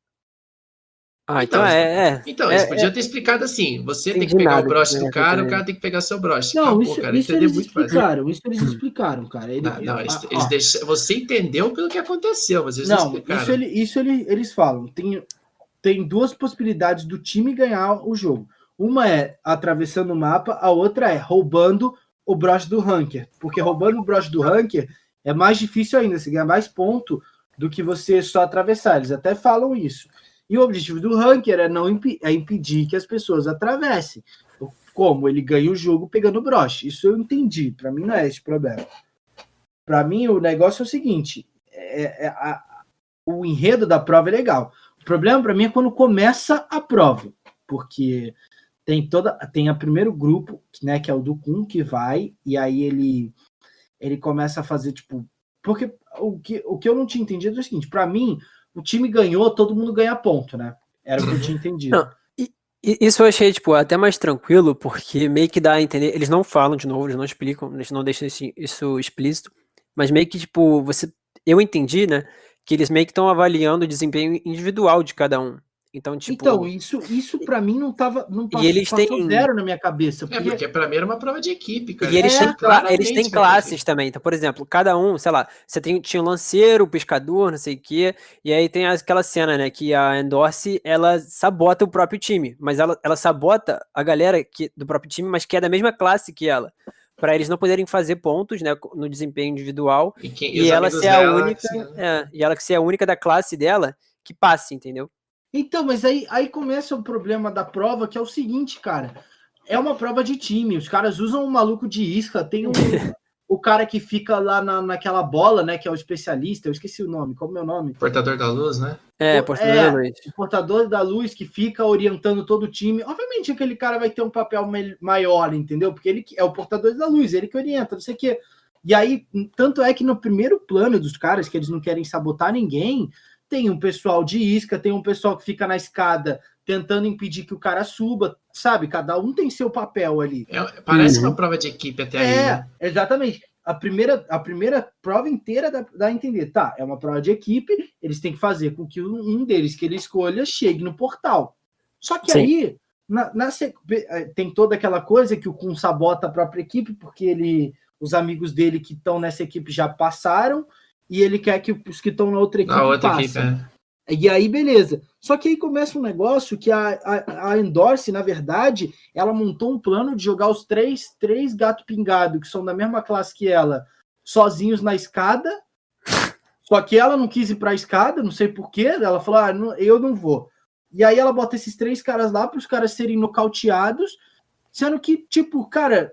Então, eles podiam ter explicado assim, você tem que pegar o broche do cara, o cara tem que pegar seu broche.
Não, isso eles explicaram, cara.
Você entendeu pelo que aconteceu, mas eles não explicaram.
Isso eles falam. Tem duas possibilidades do time ganhar o jogo. Uma é atravessando o mapa, a outra é roubando o broche do ranker, porque roubando o broche do ranker é mais difícil ainda, você ganha mais ponto do que você só atravessar, eles até falam isso. E o objetivo do ranker é impedir que as pessoas atravessem. Como? Ele ganha o jogo pegando o broche. Isso eu entendi, para mim não é esse problema. Para mim o negócio é o seguinte, o enredo da prova é legal. O problema para mim é quando começa a prova, porque tem a primeiro grupo, né, que é o do Kun, que vai, e aí ele começa a fazer, tipo... Porque o que eu não tinha entendido é o seguinte, pra mim, o time ganhou, todo mundo ganha ponto, né? Era o que eu tinha entendido.
Não, isso eu achei, tipo, até mais tranquilo, porque meio que dá a entender... Eles não falam de novo, eles não explicam, eles não deixam isso explícito, mas meio que, tipo, eu entendi, né, que eles meio que estão avaliando o desempenho individual de cada um. Então, tipo...
isso pra mim não passou zero na minha cabeça.
Porque pra mim era uma prova de equipe, cara.
E eles têm classes também. Então, por exemplo, cada um, sei lá, você tinha o lanceiro, o pescador, não sei o quê, e aí tem aquela cena, né, que a Endorse, ela sabota o próprio time, mas ela sabota a galera do próprio time, mas que é da mesma classe que ela. para eles não poderem fazer pontos, né, no desempenho individual,
E os
ela
amigos
ser a
dela,
única,
assim, né?
e ela ser a única da classe dela que passe, entendeu?
Então, mas aí começa o problema da prova, que é o seguinte, cara. É uma prova de time. Os caras usam um maluco de isca. Tem o cara que fica lá naquela bola, né? Que é o especialista. Eu esqueci o nome. Qual é o meu nome?
Portador da luz, né?
Portador da luz.
O portador da luz que fica orientando todo o time. Obviamente, aquele cara vai ter um papel maior, entendeu? Porque ele é o portador da luz, ele que orienta, não sei o quê. E aí, tanto é que no primeiro plano dos caras, que eles não querem sabotar ninguém, tem um pessoal de isca, tem um pessoal que fica na escada tentando impedir que o cara suba, sabe? Cada um tem seu papel ali.
Parece uma prova de equipe até aí, né?
Exatamente. A primeira prova inteira dá a entender. Tá, é uma prova de equipe, eles têm que fazer com que um deles que ele escolha chegue no portal. Só que aí, tem toda aquela coisa que o Kun sabota a própria equipe, porque os amigos dele que estão nessa equipe já passaram, e ele quer que os que estão na outra equipe passem. E aí, beleza. Só que aí começa um negócio que a Endorse, na verdade, ela montou um plano de jogar os três gato pingado, que são da mesma classe que ela, sozinhos na escada. Só que ela não quis ir para a escada, não sei porquê. Ela falou, eu não vou. E aí ela bota esses 3 caras lá para os caras serem nocauteados, sendo que, tipo, cara,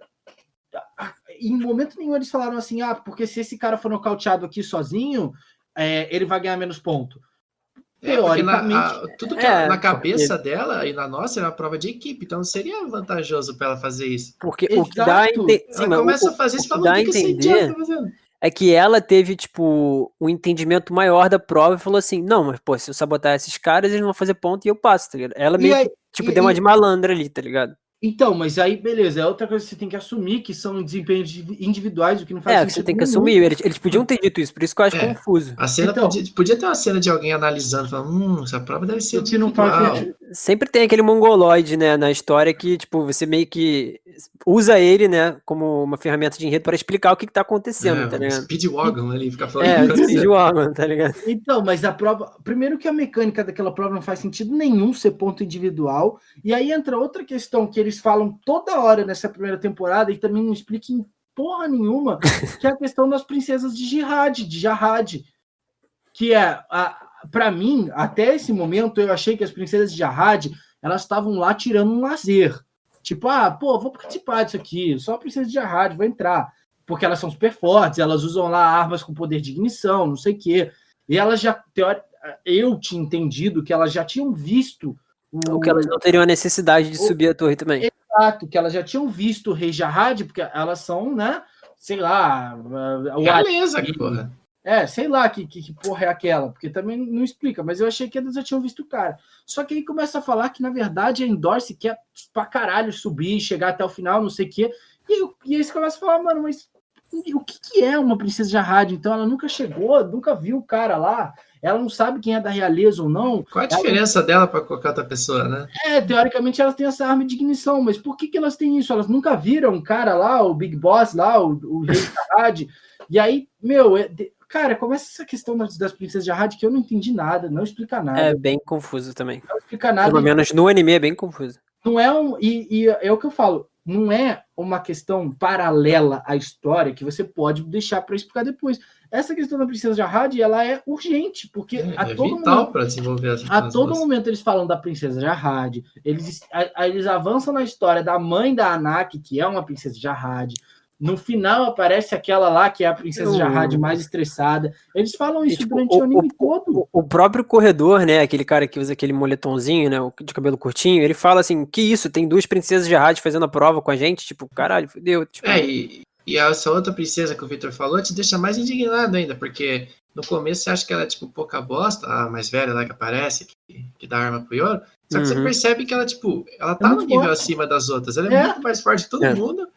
em momento nenhum eles falaram assim, porque se esse cara for nocauteado aqui sozinho, ele vai ganhar menos ponto.
Teoricamente. Tudo que na cabeça dela e na nossa é uma prova de equipe, então seria vantajoso para ela fazer isso.
Porque o que dá a entender.
Ela começa a fazer isso, falando o que esse idiota tá fazendo.
É que ela teve, tipo, um entendimento maior da prova e falou assim, não, mas, pô, se eu sabotar esses caras, eles não vão fazer ponto e eu passo, tá ligado? Ela meio que, tipo, deu uma de malandra ali, tá ligado?
Então, mas aí, beleza, é outra coisa que você tem que assumir, que são desempenhos individuais, o que não faz sentido.
Você tem que assumir, eles podiam ter dito isso, por isso que eu acho confuso.
A cena podia ter uma cena de alguém analisando, falando, essa prova deve ser individual.
Sempre tem aquele mongoloide, né, na história que, tipo, você meio que usa ele, né, como uma ferramenta de enredo para explicar o que tá acontecendo, tá ligado?
Speedwagon ali, fica falando.
Speedwagon, tá ligado?
Então, mas a prova, primeiro que a mecânica daquela prova não faz sentido nenhum ser ponto individual, e aí entra outra questão que eles falam toda hora nessa primeira temporada e também não explicam porra nenhuma, que é a questão das princesas de Jarrad, que para mim, até esse momento, eu achei que as princesas de Jarrad, elas estavam lá tirando um lazer. Tipo, vou participar disso aqui, só a princesa de Jarrad, vou entrar. Porque elas são super fortes, elas usam lá armas com poder de ignição, não sei o quê. E elas já, eu tinha entendido que elas já tinham visto
o que elas não teriam a necessidade de subir a torre também.
Exato, que elas já tinham visto o Rei Jarrad, porque elas são, né, sei lá...
Realeza, que porra.
Sei lá que porra é aquela, porque também não explica, mas eu achei que eles já tinham visto o cara. Só que aí começa a falar que, na verdade, a Endorse quer pra caralho subir, chegar até o final, não sei o quê, e aí você começa a falar, mano, mas o que é uma princesa de Jarrad? Então ela nunca chegou, nunca viu o cara lá, ela não sabe quem é da realeza ou não.
Qual a diferença dela para qualquer outra pessoa, né?
Teoricamente elas têm essa arma de ignição, mas por que elas têm isso? Elas nunca viram um cara lá, o Big Boss lá, o Rei Jarrad, e aí, cara, começa essa questão das princesas de Jarrad que eu não entendi nada, não explica nada.
É bem confuso também.
Não explica nada.
Pelo menos no anime é bem confuso.
Não é e é o que eu falo, não é uma questão paralela à história que você pode deixar para explicar depois. Essa questão da princesa de Jarrad, ela é urgente, porque
é vital para desenvolver essa
a todo momento eles falam da princesa de Jarrad, eles avançam na história da mãe da Anak, que é uma princesa de Jarrad. No final aparece aquela lá que é a princesa de Jarrad mais estressada. Eles falam isso durante o anime todo.
O próprio corredor, né, aquele cara que usa aquele moletomzinho, né, de cabelo curtinho, ele fala assim, que isso, tem 2 princesas de Jarrad fazendo a prova com a gente, tipo, caralho, fudeu. Tipo...
E essa outra princesa que o Victor falou te deixa mais indignado ainda, porque no começo você acha que ela é, tipo, pouca bosta, a mais velha lá que aparece, que dá arma pro Yoro, só que você percebe que ela, tipo, ela tá no nível acima das outras, ela é muito mais forte que todo mundo,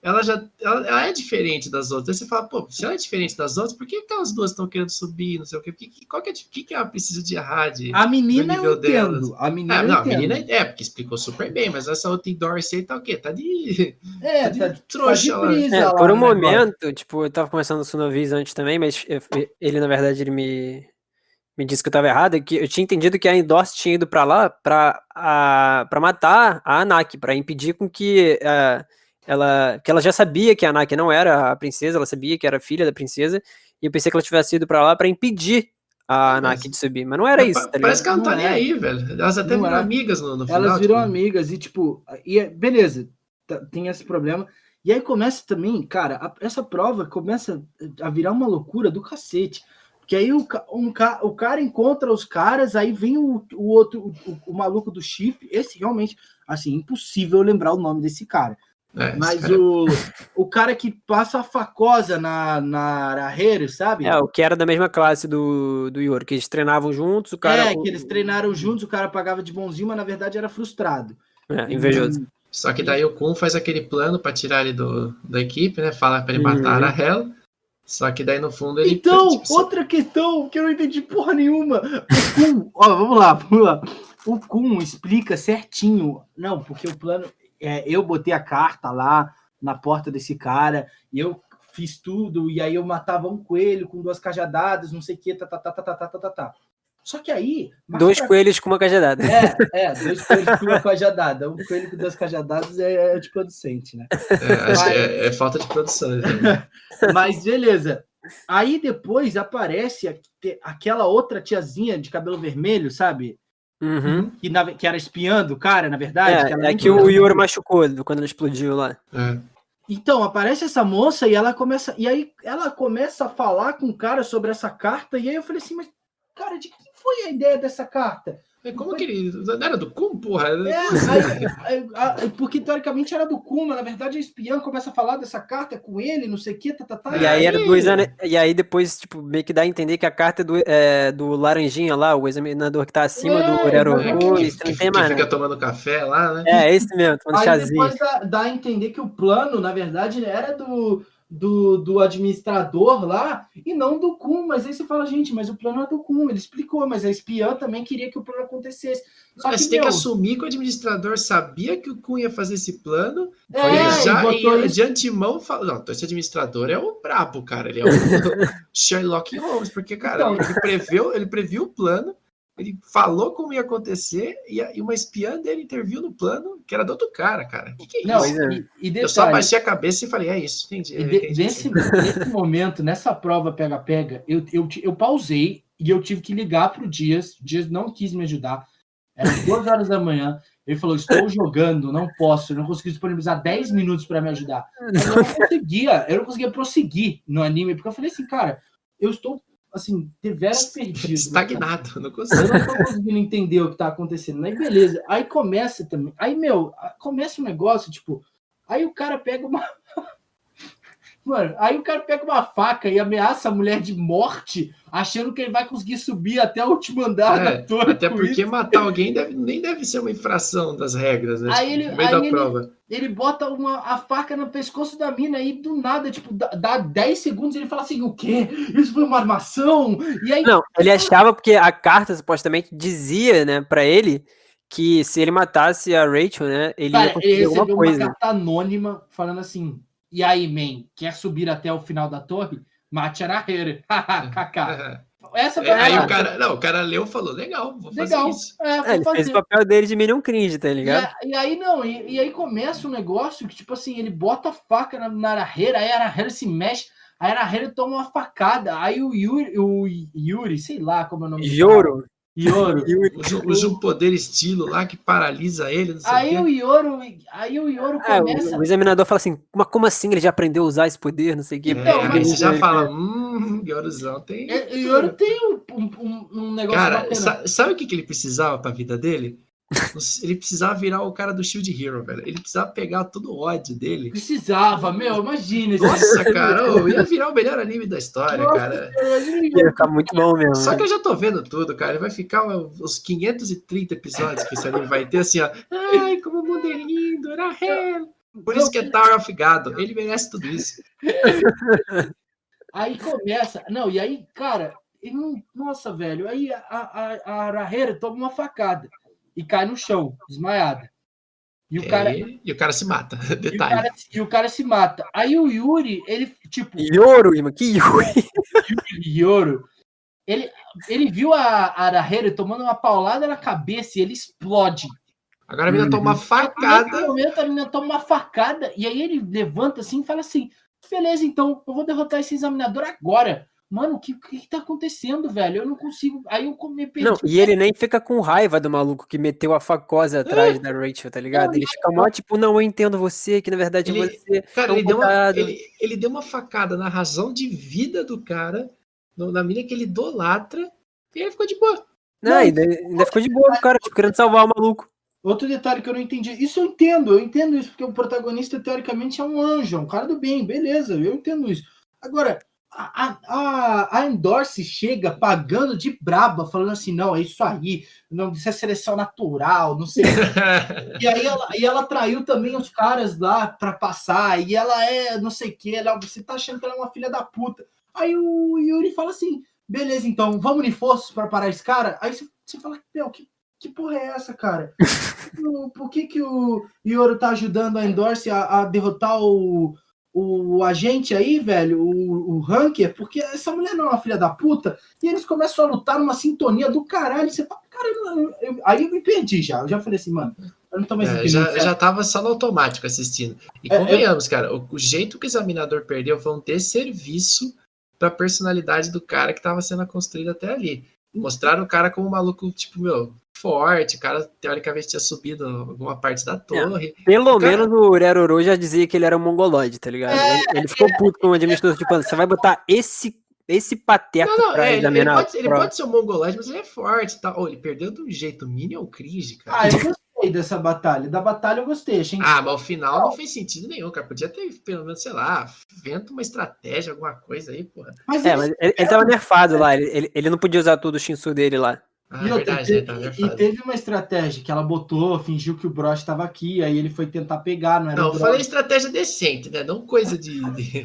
ela é diferente das outras. Aí você fala, pô, se ela é diferente das outras, por que aquelas duas estão querendo subir, não sei o quê? Qual que ela precisa de Jarrad?
A menina eu entendo. A menina
porque explicou super bem, mas essa outra Endorse aí tá o quê? Tá de
trouxa
lá.
Por um momento, tipo, eu tava conversando com o Sunovis antes também, mas ele, na verdade, ele me disse que eu tava errado, que eu tinha entendido que a Endorse tinha ido pra lá pra matar a Anak, pra impedir com que que ela já sabia que a Naki não era a princesa, ela sabia que era filha da princesa, e eu pensei que ela tivesse ido pra lá pra impedir a Naki de subir, mas não era isso, tá
Parece
ligado?
que ela não tá
Não
nem
é.
aí, velho. Elas até
Não
viram
é.
amigas no final.
Elas viram
tipo,
amigas e, tipo, beleza, tem esse problema. E aí começa também, cara, essa prova começa a virar uma loucura do cacete. Porque aí o cara encontra os caras, aí vem o outro, o maluco do chifre. Esse realmente, assim, impossível lembrar o nome desse cara. Mas
cara...
o cara que passa a facosa na Arahero, sabe?
O que era da mesma classe do Yoro, que eles treinavam juntos, o cara...
que eles treinaram juntos, o cara pagava de bonzinho, mas na verdade era frustrado.
Invejoso.
Só que daí o Kun faz aquele plano pra tirar ele da equipe, né? Fala pra ele matar a Arahel. Só que daí no fundo ele...
Então, outra questão que eu não entendi porra nenhuma. O Kun, vamos lá. O Kun explica certinho. Não, porque o plano... eu botei a carta lá na porta desse cara, e eu fiz tudo, e aí eu matava um coelho com 2 cajadadas, não sei o que, tá. Só que aí...
2 coelhos com uma cajadada.
2 coelhos com uma cajadada. Um coelho com 2 cajadadas é de producente, né?
Acho que é falta de produção. Né?
Mas beleza. Aí depois aparece aquela outra tiazinha de cabelo vermelho, sabe?
Uhum.
Que era espiando o cara, na verdade.
Que o Yoro machucou quando ele explodiu lá.
Então, aparece essa moça e ela começa a falar com o cara sobre essa carta, e aí eu falei assim, mas, cara, de que foi a ideia dessa carta?
Como que ele... Não era do Kun, porra?
Porque teoricamente era do Kun, mas na verdade a espiã começa a falar dessa carta com ele, não sei o que,
E aí era 2 anos. E aí depois, tipo, meio que dá a entender que a carta é do Laranjinha lá, o examinador que tá acima do Orero.
Que fica tomando café lá, né?
Esse mesmo, tomando chazinho.
Aí depois dá a entender que o plano, na verdade, era do administrador lá e não do Kun, mas aí você fala, gente, mas o plano é do Kun, ele explicou, mas a espiã também queria que o plano acontecesse. Só
mas
que,
tem que assumir que o administrador sabia que o Kun ia fazer esse plano, de antemão falou, não, esse administrador é o brabo, cara, ele é o Sherlock Holmes, porque, cara, ele previu o plano, ele falou como ia acontecer e uma espiã dele interviu no plano, que era do outro cara. Que é isso?
Não, e detalhe,
eu só abaixei a cabeça e falei, é isso, entendi.
Nesse momento, nessa prova pega-pega, eu pausei e eu tive que ligar pro Dias. O Dias não quis me ajudar. Era 2 horas da manhã. Ele falou, estou jogando, não posso. Eu não consegui disponibilizar 10 minutos para me ajudar. Eu não conseguia prosseguir no anime, porque eu falei assim, cara, eu estou... assim, deveras perdido.
Estagnado, não consigo.
Eu não tô conseguindo entender o que tá acontecendo. Aí, beleza. Aí começa também. Aí, começa um negócio, tipo. Aí o cara pega uma. Mano, aí o cara pega uma faca e ameaça a mulher de morte, achando que ele vai conseguir subir até o último andar da torre.
Até porque matar alguém nem deve ser uma infração das regras, né?
Aí
no meio da prova.
Ele bota a faca no pescoço da mina e do nada, tipo, dá 10 segundos e ele fala assim, o quê? Isso foi uma armação? E aí...
Não, ele achava porque a carta supostamente dizia, né, pra ele que se ele matasse a Rachel, né, ele ia conseguir alguma coisa.
Uma carta anônima falando assim, e aí, man, quer subir até o final da torre? Mate Arahero. Essa
aí o cara leu e falou, legal, vou fazer isso.
Ele fez o papel dele de Minion Cringe, tá ligado?
E aí começa um negócio que, tipo assim, ele bota a faca na Arahero, aí a Arahero se mexe, aí a Arahero toma uma facada, aí o Yuri, sei lá como é o nome dele.
Yoro.
Usa um poder estilo lá que paralisa ele. Não sei
aí o Yoro começa.
O examinador fala assim: mas como assim ele já aprendeu a usar esse poder? Não sei o que.
Aí você já fala: Yoruzão tem.
O Yoro tem um negócio.
Cara, sabe o que ele precisava pra vida dele? Ele precisava virar o cara do Shield Hero, velho. Ele precisava pegar todo o ódio dele.
Precisava, imagina.
Nossa, cara, ia virar o melhor anime da história, cara.
Ia ficar muito bom mesmo.
Só que eu já tô vendo tudo, cara. Ele vai ficar os 530 episódios que esse anime vai ter, assim, ó. Ai, como o mundo é lindo, Arahel. Por isso que é Tower of God. Ele merece tudo isso.
Aí começa... Não, e aí, cara... Nossa, velho. Aí a Arahel toma uma facada. E cai no chão, desmaiada. E
o cara se mata. Detalhe.
E o cara se mata. Aí o Yuri, ele, tipo...
Yoro, irmão, que Yuri?
Yoro. Ele viu a Arahero tomando uma paulada na cabeça e ele explode.
Agora a mina toma uma facada.
Nesse momento a menina toma uma facada e aí ele levanta assim e fala assim, beleza, então, eu vou derrotar esse examinador agora. Mano, o que tá acontecendo, velho? Eu não consigo. Aí eu me perdi.
Não, e ele nem fica com raiva do maluco que meteu a facosa atrás da Rachel, tá ligado? Ele fica mó tipo, não, eu entendo você, que na verdade você.
Cara, ele deu uma facada na razão de vida do cara, na mina que ele idolatra, e ele ficou de boa.
Não, ainda ficou de boa, cara, tipo, querendo salvar o maluco.
Outro detalhe que eu não entendi. Isso eu entendo isso, porque o protagonista, teoricamente, é um anjo, é um cara do bem, beleza, eu entendo isso. Agora, a Endorse chega pagando de braba, falando assim, não, é isso aí, não, isso é seleção natural, não sei. E aí ela traiu também os caras lá pra passar, e ela é não sei o que, você tá achando que ela é uma filha da puta. Aí o Yuri fala assim, beleza, então, vamos unir forças pra parar esse cara? Aí você fala, meu, que porra é essa, cara? Por que o Yoro tá ajudando a Endorse a derrotar o agente aí, velho, o Hunker? Porque essa mulher não é uma filha da puta. E eles começam a lutar numa sintonia do caralho. Você fala, cara, aí eu me perdi já. Eu já falei assim, mano, eu não tô mais
entendendo. Já tava só no automático assistindo. E convenhamos, cara, o jeito que o Examinador perdeu foi um desserviço pra personalidade do cara que tava sendo construído até ali. Mostraram o cara como um maluco, tipo, meu, forte, o cara teoricamente tinha subido alguma parte da torre.
Pelo menos o Uraruru já dizia que ele era um mongoloide, tá ligado? Ele ficou puto com o administrador, tipo, você vai botar esse pateta pra examinar.
Ele pode ser um mongoloide, mas ele é forte, tá? Ele perdeu de um jeito Minion cringe, cara.
Eu gostei dessa batalha. Da batalha eu gostei.
Mas o final não fez sentido nenhum, cara. Podia ter, pelo menos, sei lá, inventa uma estratégia, alguma coisa aí, porra.
Mas ele tava nerfado lá. Ele não podia usar tudo o Shinsu dele lá.
E teve uma estratégia que ela botou, fingiu que o Brosh estava aqui, aí ele foi tentar pegar, não era
Não, eu falei estratégia decente, né? Não coisa de...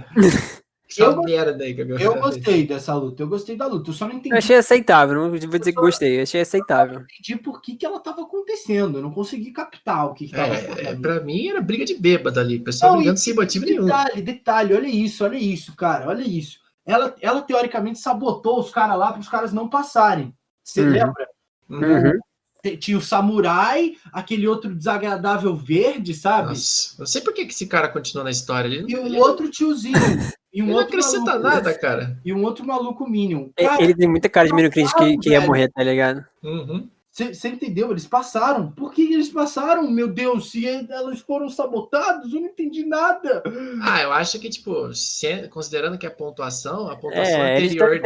Eu gostei dessa luta, eu gostei da luta, eu só não entendi.
Eu achei aceitável, não vou dizer que gostei, eu achei aceitável.
Eu não entendi por que ela estava acontecendo, eu não consegui captar o que estava acontecendo.
Pra mim era briga de bêbado ali, o pessoal brigando sem motivo nenhum.
Detalhe, olha isso, cara, olha isso. Ela teoricamente sabotou os caras lá para os caras não passarem. Você lembra? Tinha o samurai, aquele outro desagradável verde, sabe?
Nossa, não sei por que esse cara continuou na história.
Outro tiozinho.
E não acrescenta nada, cara.
E um outro maluco Minion.
Cara, ele tem muita cara de Minion cringe que ia morrer, tá ligado?
Você entendeu? Eles passaram. Por que eles passaram? Meu Deus, se elas foram sabotados, eu não entendi nada.
Eu acho que, tipo, considerando que a pontuação anterior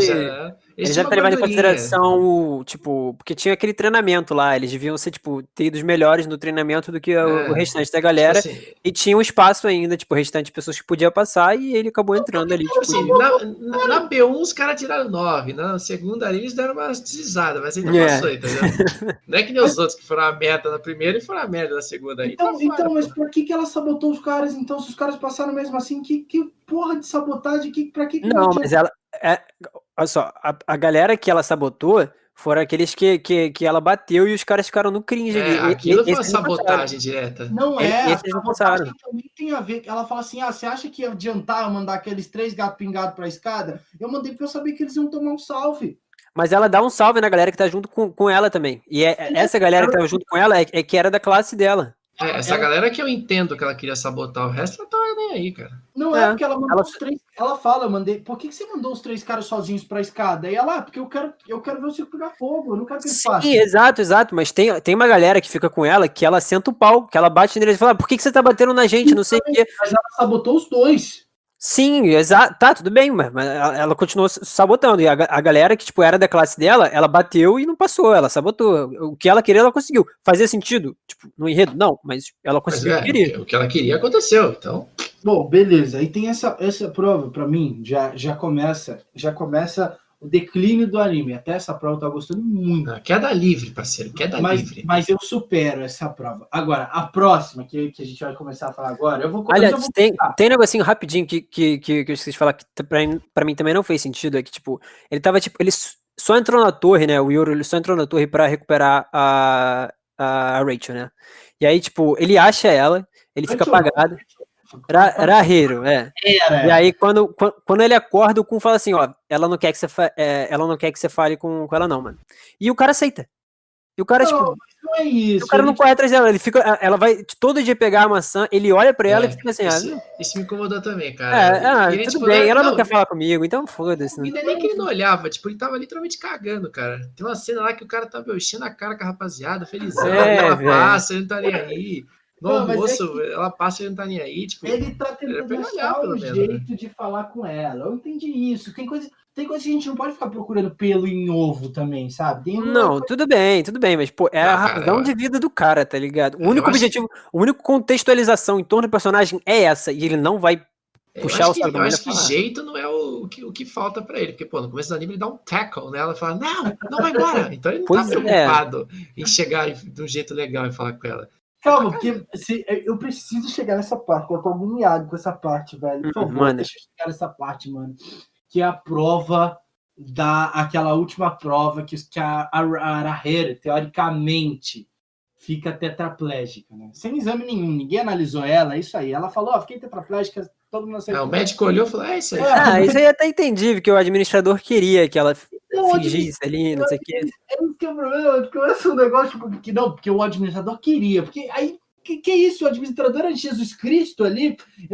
eles já levaram em consideração, tipo, porque tinha aquele treinamento lá, eles deviam ser, tipo, ter ido melhores no treinamento do que o restante da galera, tipo assim, e tinha um espaço ainda, tipo, o restante de pessoas que podia passar, e ele acabou entrando ali.
Tipo assim, na B1 os caras tiraram 9, na segunda ali eles deram uma deslizadas, mas ainda passou, entendeu? Não é que nem os outros que foram a meta na primeira e foram a merda na segunda aí.
Então, mas por que ela sabotou os caras, então, se os caras passaram mesmo assim, que porra de sabotagem, pra que
não, mas ela... olha só, a galera que ela sabotou foram aqueles que ela bateu e os caras ficaram no cringe.
Aquilo foi uma sabotagem direta.
Não é, a sabotagem também tem a ver. Ela fala assim, você acha que ia adiantar eu mandar aqueles 3 gatos pingados pra escada? Eu mandei porque eu sabia que eles iam tomar um salve.
Mas ela dá um salve na galera que tá junto com ela também. E essa galera que tava junto com ela é que era da classe dela.
Essa galera que eu entendo que ela queria sabotar o resto, ela tava nem aí, cara.
Não é porque ela mandou os 3. Ela fala, por que você mandou os 3 caras sozinhos pra escada? E ela, porque eu quero ver o circo pegar fogo, eu não quero que eles façam.
Sim, exato, mas tem uma galera que fica com ela, que ela senta o pau, que ela bate neles e fala, por que você tá batendo na gente, não sei o quê.
Mas ela sabotou os 2.
Sim, exato, tá, tudo bem, mas ela continuou sabotando, e a galera que, tipo, era da classe dela, ela bateu e não passou, ela sabotou, o que ela queria, ela conseguiu. Fazia sentido, tipo, no enredo? Não, mas ela conseguiu o que queria.
O que ela queria aconteceu, então...
Bom, beleza, aí tem essa prova, pra mim, já começa o declínio do anime. Até essa prova eu tava gostando muito.
Queda livre, parceiro, queda livre.
Mas eu supero essa prova. Agora, a próxima, que a gente vai começar a falar agora, eu vou...
Aliás, tem um negocinho rapidinho que eu esqueci de falar, que pra mim também não fez sentido, é que, tipo, ele só entrou na torre, né, o Yoro, ele só entrou na torre pra recuperar a Rachel, né, e aí, tipo, ele acha ela, ele fica apagado. Raheiro, E aí, quando ele acorda, o Kun fala assim, ó, ela não quer que você fale com ela não, mano. E o cara aceita. E o cara,
Não,
tipo,
não é isso.
o cara não corre atrás dela, ela vai todo dia pegar a maçã, ele olha pra ela e fica assim,
isso me incomodou também, cara. E ele,
tudo
tipo,
bem, ela não quer falar comigo, então foda-se, né?
E não é nem que ele não olhava, tipo, ele tava literalmente cagando, cara. Tem uma cena lá que o cara tava enchendo a cara com a rapaziada, felizão, e ela passa, ele não tá nem aí. No almoço, ela passa e ele não tá nem aí, tipo...
Ele tá tentando achar um jeito de falar com ela. Eu entendi isso. Tem coisa que a gente não pode ficar procurando pelo em ovo também, sabe?
Não, tudo bem, mas, pô, é a razão de vida do cara, tá ligado? O único objetivo, a única contextualização em torno do personagem é essa, e ele não vai puxar o saco da mulher.
Eu acho que jeito não é o que falta pra ele, porque, pô, no começo do anime ele dá um tackle, né? Ela fala, não vai embora. Então ele não tá preocupado em chegar de um jeito legal e falar com ela.
Calma, porque eu preciso chegar nessa parte, eu tô agoniado com essa parte, velho. Por favor, deixa eu chegar nessa parte, mano. Que é a prova aquela última prova que a Arahira, teoricamente, fica tetraplégica, né? Sem exame nenhum, ninguém analisou ela, é isso aí. Ela falou, fiquei tetraplégica, todo mundo aceitou.
O médico olhou e falou, é isso aí.
Isso aí é até entendível, que o administrador queria que ela fingisse ali, não sei o quê.
Esse que é o problema, porque esse é um negócio que não, porque o administrador queria, porque aí, que é isso? O administrador era Jesus Cristo ali,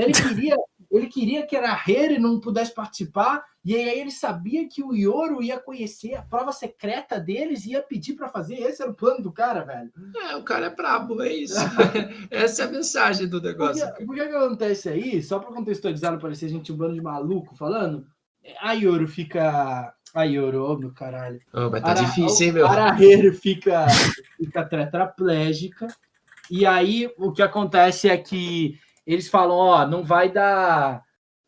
ele queria que a Arahira não pudesse participar, e aí ele sabia que o Yoro ia conhecer a prova secreta deles e ia pedir para fazer. Esse era o plano do cara, velho.
O cara é brabo, é isso. Essa é a mensagem do negócio.
Por que acontece aí? Só para contextualizar, não parecer gente um bando de maluco falando, a Yoro fica... A Yoro, meu caralho.
Mas tá difícil, hein, meu?
A Arahira fica tetraplégica, e aí o que acontece é que eles falam, não vai dar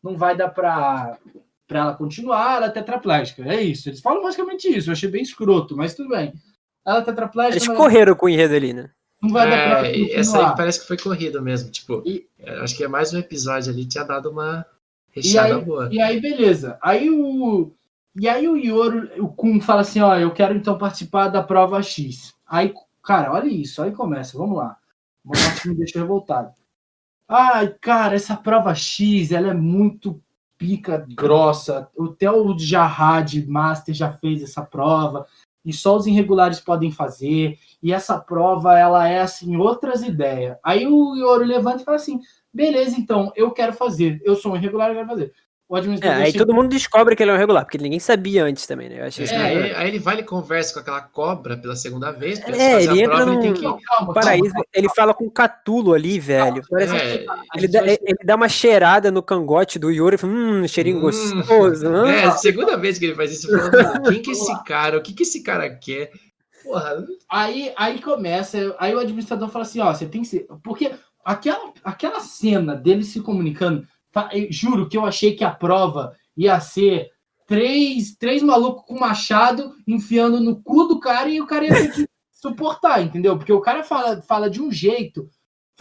para ela continuar, ela é tetraplégica. É isso. Eles falam basicamente isso. Eu achei bem escroto, mas tudo bem. Ela é tetraplégica.
Eles correram com o enredo ali, né?
Não vai dar pra continuar.
Essa aí parece que foi corrida mesmo. Tipo, acho que é mais um episódio ali, tinha dado uma recheada boa.
E aí, beleza. Aí o Yoro, o Kun fala assim, eu quero então participar da prova X. Aí, cara, olha isso. Aí começa, vamos lá. Uma parte que me deixa revoltado. Ai, cara, essa prova X, ela é muito pica grossa. Até o Jahad Master já fez essa prova. E só os irregulares podem fazer. E essa prova, ela é, assim, outras ideias. Aí o Yoro levanta e fala assim, beleza, então, eu quero fazer. Eu sou um irregular, eu quero fazer. O administrador
aí todo mundo descobre que ele é um irregular, porque ninguém sabia antes também, né? Eu achei
aí ele vai e conversa com aquela cobra pela segunda vez.
Ele entra no paraíso, ele fala com o Catulo ali, velho. Ele dá uma cheirada no cangote do Yoro e fala, cheirinho gostoso.
A segunda vez que ele faz isso, falando, quem que é esse cara? O que esse cara quer? Porra.
Aí começa, aí o administrador fala assim, você tem que ser... Porque aquela cena dele se comunicando, eu juro que eu achei que a prova ia ser três malucos com machado enfiando no cu do cara e o cara ia ter que suportar, entendeu? Porque o cara fala de um jeito.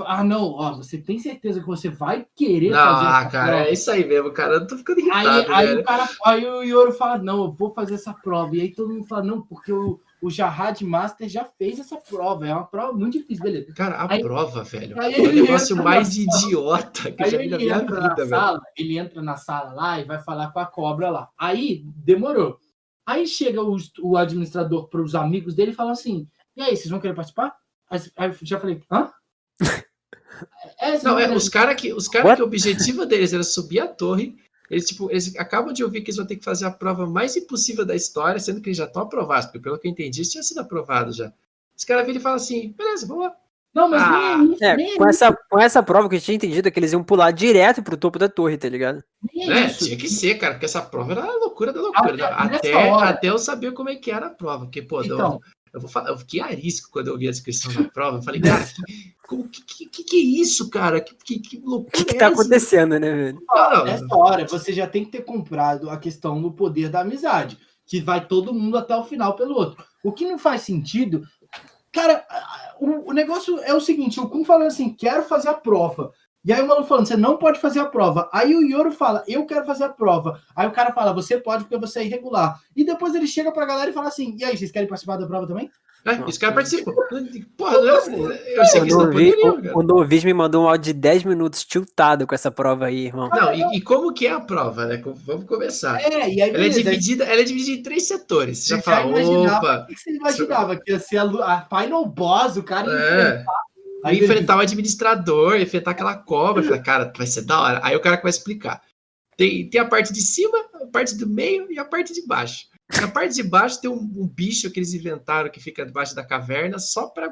Você tem certeza que você vai querer fazer essa
cara, prova? É isso aí mesmo, cara. Eu tô ficando irritado.
Aí o Yoro fala, não, eu vou fazer essa prova. E aí todo mundo fala, não, porque o Jahad Master já fez essa prova. É uma prova muito difícil, beleza.
Cara, prova, velho. É o negócio mais idiota que eu já vi na minha vida, velho.
Ele entra na sala lá e vai falar com a cobra lá. Aí, demorou. Aí chega o administrador para os amigos dele e fala assim, e aí, vocês vão querer participar? Aí eu já falei, hã?
Os caras que o objetivo deles era subir a torre. Eles acabam de ouvir que eles vão ter que fazer a prova mais impossível da história, sendo que eles já estão aprovados, porque pelo que eu entendi, isso tinha sido aprovado já. Os caras viram e falam assim, beleza, vamos lá.
Não, mas
com essa prova que eu tinha entendido que eles iam pular direto pro topo da torre, tá ligado?
Tinha que ser, cara, porque essa prova era a loucura da loucura. Até eu saber como é que era a prova, porque, pô, então, eu fiquei arisco quando eu vi a descrição da prova. Eu falei, cara, que é isso, cara? Que loucura
é essa? O que tá acontecendo, né, velho?
Nessa hora, você já tem que ter comprado a questão do poder da amizade, que vai todo mundo até o final pelo outro. O que não faz sentido... Cara, o negócio é o seguinte, o Kun falando assim, quero fazer a prova. E aí o maluco falando, você não pode fazer a prova. Aí o Yoro fala, eu quero fazer a prova. Aí o cara fala, você pode porque você é irregular. E depois ele chega pra galera e fala assim, e aí, vocês querem participar da prova também?
Os caras participam. Porra, eu achei que eles não poderiam, cara.
O Novis me mandou um áudio de 10 minutos tiltado com essa prova aí, irmão.
Não, e como que é a prova, né? Vamos começar.
E aí,
ela é dividida em 3 setores. Você já fala,
opa... O que você imaginava? Que ia ser a final boss, o cara
enfrentar o administrador, enfrentar aquela cobra. Eu falei, cara, vai ser da hora. Aí o cara começa a explicar. Tem a parte de cima, a parte do meio e a parte de baixo. Na parte de baixo tem um bicho que eles inventaram que fica debaixo da caverna só pra,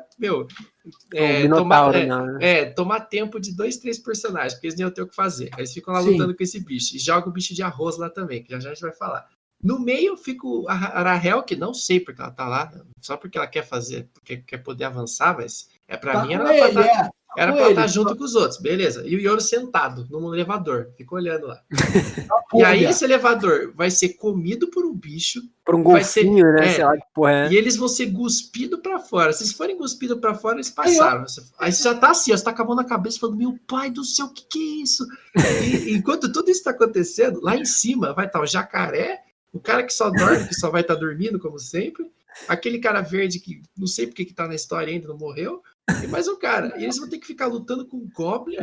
tomar tempo de 2, 3 personagens, porque eles nem iam ter o que fazer. Aí eles ficam lá lutando com esse bicho. E joga o bicho de arroz lá também, que já a gente vai falar. No meio fica a Rahel, que não sei porque ela tá lá, só porque ela quer fazer, porque quer poder avançar, mas pra mim era pra estar junto com os outros, beleza. E o Yoro sentado num elevador, fica olhando lá. E aí esse elevador vai ser comido por um bicho.
Por um golfinho, né? Sei lá que porra é.
E eles vão ser cuspidos pra fora. Se eles forem cuspidos pra fora, eles passaram. Aí você já tá assim, ó, você tá com a mão na cabeça falando, meu pai do céu, o que é isso? E enquanto tudo isso tá acontecendo, lá em cima vai estar o jacaré, o cara que só dorme, que só vai estar dormindo, como sempre. Aquele cara verde que não sei porque que tá na história ainda, não morreu. E mais um cara. E eles vão ter que ficar lutando com um Goblin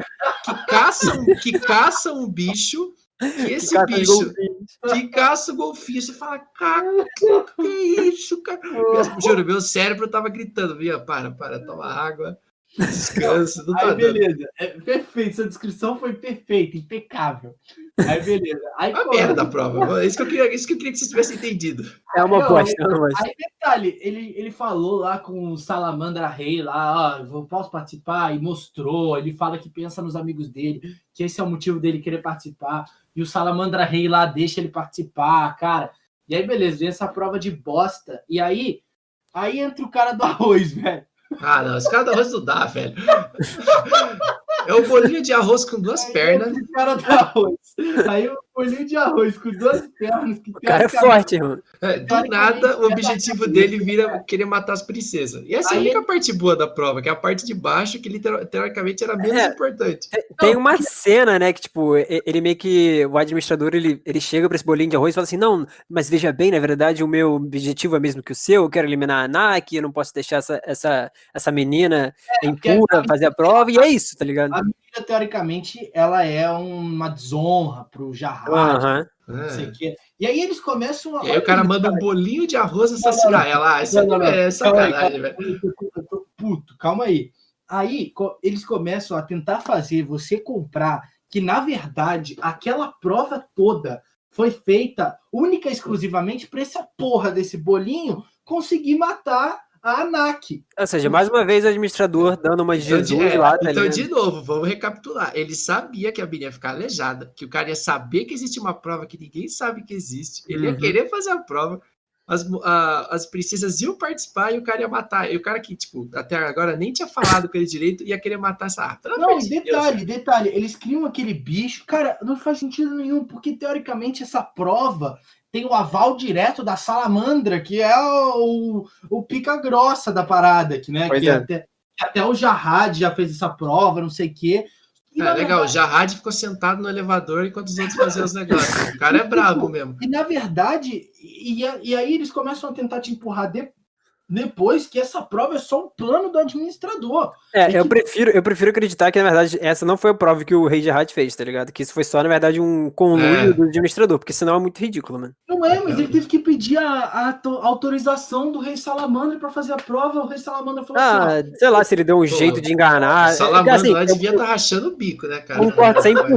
que caça um bicho. E esse bicho que caça o golfinho. Você fala, cara, que é isso, cara? Juro, meu cérebro tava gritando. Via, para, toma água. Descanso. Não tá
aí, beleza. Perfeito. Essa descrição foi perfeita, impecável. Aí, beleza. Aí,
a merda da prova. Isso que eu queria que vocês tivessem entendido.
É uma bosta.
Aí, detalhe, ele falou lá com o Salamandra Rei lá, eu posso participar, e mostrou, ele fala que pensa nos amigos dele, que esse é o motivo dele querer participar, e o Salamandra Rei lá deixa ele participar, cara. E aí, beleza, vem essa prova de bosta, e aí entra o cara do arroz, velho.
Ah, não, esse cara do arroz não dá, velho. É o bolinho de arroz com 2 pernas.
O cara do arroz. Aí o bolinho de arroz com 2 pernas.
O cara é forte, irmão.
Do nada, o objetivo dele vira querer matar as princesas. E essa é a única parte boa da prova, que é a parte de baixo, que teoricamente era menos importante.
Tem uma cena, né, que tipo, ele meio que, o administrador, ele chega pra esse bolinho de arroz e fala assim, não, mas veja bem, na verdade, o meu objetivo é mesmo que o seu, eu quero eliminar a Naki, eu não posso deixar essa menina impura fazer a prova, e é isso, tá ligado?
A menina, teoricamente, ela é uma desonra pro Jarrad, não sei o quê. E aí eles começam
E aí o cara manda um bolinho de arroz assassinar ela. Isso é sacanagem, velho.
Eu tô puto, calma aí. Aí eles começam a tentar fazer você comprar que, na verdade, aquela prova toda foi feita única e exclusivamente para essa porra desse bolinho conseguir matar a Naki.
Ou seja, mais uma vez o administrador dando uma de Jesus lá. Tá
então, de novo, vamos recapitular. Ele sabia que a menina ia ficar aleijada, que o cara ia saber que existe uma prova que ninguém sabe que existe. Ele ia querer fazer a prova, as princesas iam participar e o cara ia matar. E o cara que, tipo, até agora nem tinha falado com ele direito, ia querer matar essa...
Não, detalhe, eles criam aquele bicho. Cara, não faz sentido nenhum, porque teoricamente essa prova tem o aval direto da Salamandra, que é o pica grossa da parada, que, né? Até o Jarrad já fez essa prova, não sei o quê.
Legal, o Jarrad ficou sentado no elevador enquanto os outros faziam os negócios. O cara é brabo mesmo.
E na verdade, e aí eles começam a tentar te empurrar depois que essa prova é só um plano do administrador.
Eu prefiro acreditar que, na verdade, essa não foi a prova que o Rei Jarrad fez, tá ligado? Que isso foi só, na verdade, um conluio do administrador, porque senão é muito ridículo, mano.
Não é, mas ele teve que pedir a autorização do Rei Salamandra pra fazer a prova, o Rei Salamandra falou assim...
sei lá, se ele deu um jeito de enganar...
O Salamandra lá devia estar rachando o bico, né, cara?
Concordo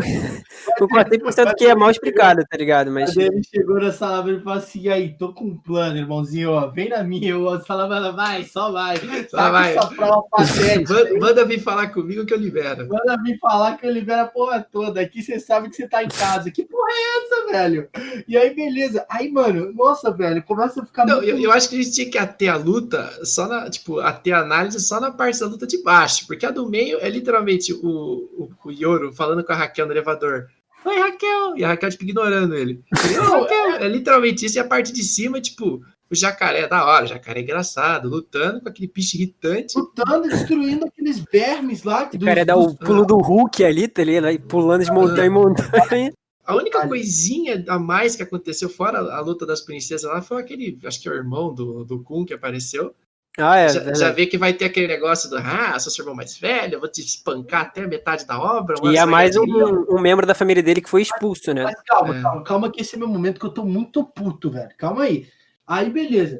100% que é mal explicado, tá ligado? Mas...
Ele chegou na Salamandra e falou assim, aí, tô com um plano, irmãozinho, ó, vem na minha, o Salamandra, só vai. Essa prova patética.
Manda vir falar comigo que eu libero.
Manda vir falar que eu libero a porra toda. Aqui você sabe que você tá em casa. Que porra é essa, velho? E aí, beleza. Aí, mano, nossa, velho, começa a ficar...
Não, eu acho que a gente tinha que ater a luta só na... Tipo, ater a análise só na parte da luta de baixo. Porque a do meio é literalmente o Yoro falando com a Raquel no elevador. Oi, Raquel! E a Raquel, tipo, ignorando ele. É literalmente isso. E a parte de cima, tipo... O jacaré é da hora, o jacaré é engraçado, lutando com aquele bicho irritante.
Lutando, destruindo aqueles vermes lá.
O cara dá o pulo do Hulk ali, tá ligado? Pulando de montanha em montanha.
A única coisinha a mais que aconteceu, fora a luta das princesas lá, foi aquele, acho que é o irmão do Kun que apareceu. Já vê que vai ter aquele negócio do sou seu irmão mais velho, eu vou te espancar até a metade da obra.
E é mais um membro da família dele que foi expulso, né?
Mas calma que esse é meu momento que eu tô muito puto, velho. Calma aí. Aí, beleza.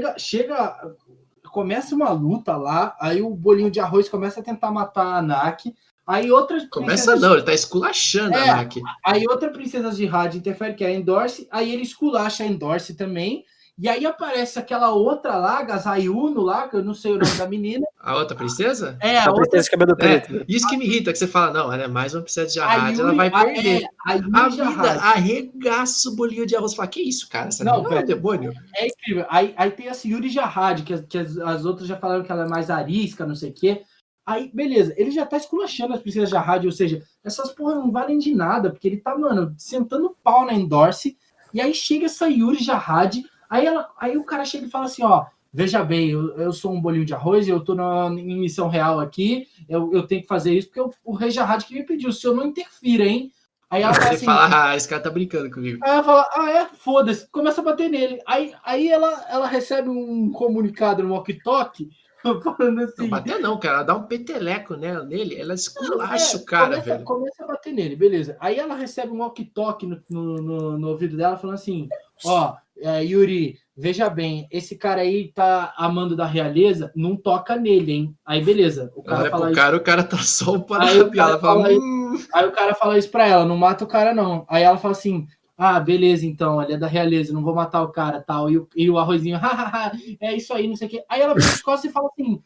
Começa uma luta lá, aí o bolinho de arroz começa a tentar matar a Anak. Aí outra
ele tá esculachando a Anak.
Aí outra princesa de rádio interfere, que é a Endorse, aí ele esculacha a Endorse também. E aí aparece aquela outra lá, Gazayuno lá, que eu não sei o nome da menina.
A outra princesa?
A princesa de cabelo preto.
Isso que me irrita, que você fala, não, ela é mais uma princesa de rádio, ela vai perder. A vida arregaça o bolinho de arroz. Fala, que isso, cara? Essa não é um demônio?
É incrível. Aí tem essa Yuri Jahad, que as outras já falaram que ela é mais arisca, não sei o quê. Aí, beleza, ele já tá esculachando as princesas de rádio, ou seja, essas porra não valem de nada, porque ele tá, mano, sentando pau na Endorse, e aí chega essa Yuri Jahad. Aí o cara chega e fala assim, ó, veja bem, eu sou um bolinho de arroz, eu tô em missão real aqui, eu tenho que fazer isso, porque o rei Jahad que me pediu, o senhor não interfira, hein? Aí ela fala assim,
esse cara tá brincando comigo.
Aí ela fala, foda-se, começa a bater nele. Aí ela recebe um comunicado no walkie-talkie, falando assim...
Não bater não, cara, ela dá um peteleco nele, ela esculacha o cara, velho.
Começa a bater nele, beleza. Aí ela recebe um walkie-talkie no ouvido dela, falando assim, ó... Yuri, veja bem, esse cara aí tá amando da realeza, não toca nele, hein? Aí, beleza. O cara fala isso.
O cara tá só o parapiado.
Aí o cara fala isso pra ela, não mata o cara, não. Aí ela fala assim, beleza, então, ele é da realeza, não vou matar o cara, tal. E o arrozinho, é isso aí, não sei o quê. Aí ela vem nas costas e fala assim,